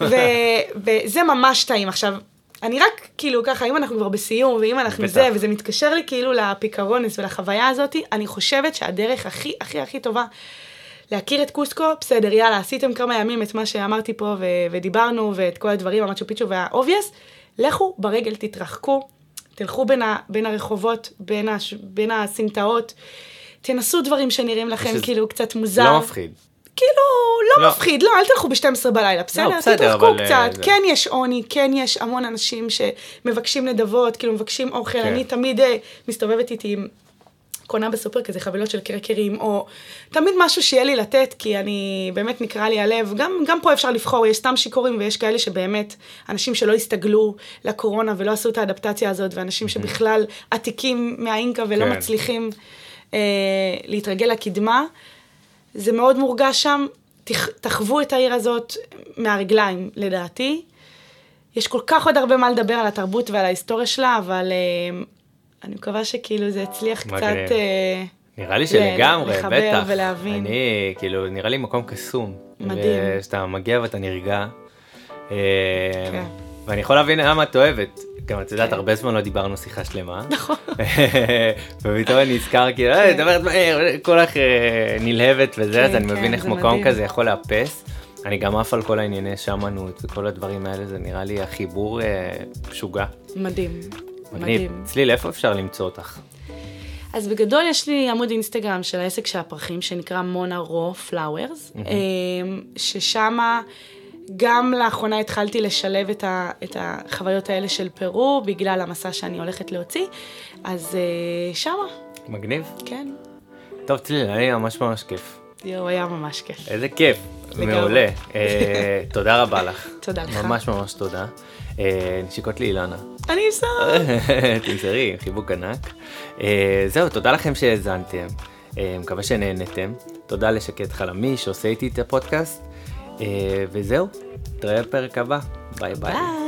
וזה ממש טעים. עכשיו, אני רק, כאילו, ככה, אם אנחנו כבר בסיום, ואם אנחנו זה, וזה מתקשר לי כאילו לפיקרונס ולחוויה הזאת, אני חושבת שהדרך הכי, הכי, הכי טובה להכיר את קוסקו, בסדר, יאללה, עשיתם כמה ימים את מה שאמרתי פה, ודיברנו, ואת כל הדברים, המצ'ו פיצ'ו והאובייס, לכו ברגל, תתרחקו, תלכו בין, ה, בין הרחובות, בין, הש, בין הסמטאות, תנסו דברים שנראים לכם שזה, כאילו קצת מוזר. לא מפחיד. כאילו, לא, לא מפחיד, לא, אל תלכו ב-שתים עשרה בלילה, בסדר? לא, בסדר, תתרחקו אבל... קצת, זה... כן יש עוני, כן יש המון אנשים שמבקשים נדבות, כאילו מבקשים אוכל, כן. אני תמיד uh, מסתובבת איתי עם... קונה בסופר כזה חבילות של קרקרים, או תמיד משהו שיהיה לי לתת, כי אני, באמת נקרא לי הלב, גם, גם פה אפשר לבחור, יש סתם שיקורים, ויש כאלה שבאמת, אנשים שלא הסתגלו לקורונה, ולא עשו את האדפטציה הזאת, ואנשים שבכלל עתיקים מהאינקה, ולא כן. מצליחים אה, להתרגל לקדמה, זה מאוד מורגש שם, תח, תחוו את העיר הזאת מהרגליים, לדעתי. יש כל כך עוד הרבה מה לדבר על התרבות ועל ההיסטוריה שלה, אבל... אה, אני מקווה שכאילו זה הצליח קצת נראה לי שלגמרי, לחבר ולהבין. אני, כאילו, נראה לי מקום קסום. מדהים. ושאתה מגיע ואתה נרגע. ואני יכול להבין למה את אוהבת. גם את יודעת, הרבה זמן לא דיברנו שיחה שלמה. נכון. ופתאום אני נזכר, כאילו, דברת מהר, כל כך נלהבת וזה, אז אני מבין איך מקום כזה יכול לאפס. אני גם אף על כל הענייני שמנות וכל הדברים האלה, זה נראה לי החיבור משוגע. מדהים. מגניב. צליל, איפה אפשר למצוא אותך? אז בגדול יש לי עמוד אינסטגרם של העסק של הפרחים, שנקרא מונה רו פלאוורס, ששם גם לאחרונה התחלתי לשלב את, ה, את החוויות האלה של פרו, בגלל המסע שאני הולכת להוציא, אז שמה. מגניב. כן. טוב, צליל, היה ממש ממש כיף. יו, היה ממש כיף. איזה כיף. מעולה. תודה רבה לך. תודה לך. ממש ממש תודה. נשיקות לי אילנה. אני אסע. תמסרי, חיבוק ענק. זהו, תודה לכם שהאזנתם. מקווה שנהנתם. תודה לשקט חלמי שעושה איתי את הפודקאסט. וזהו, תראה בפרק הבא. ביי ביי.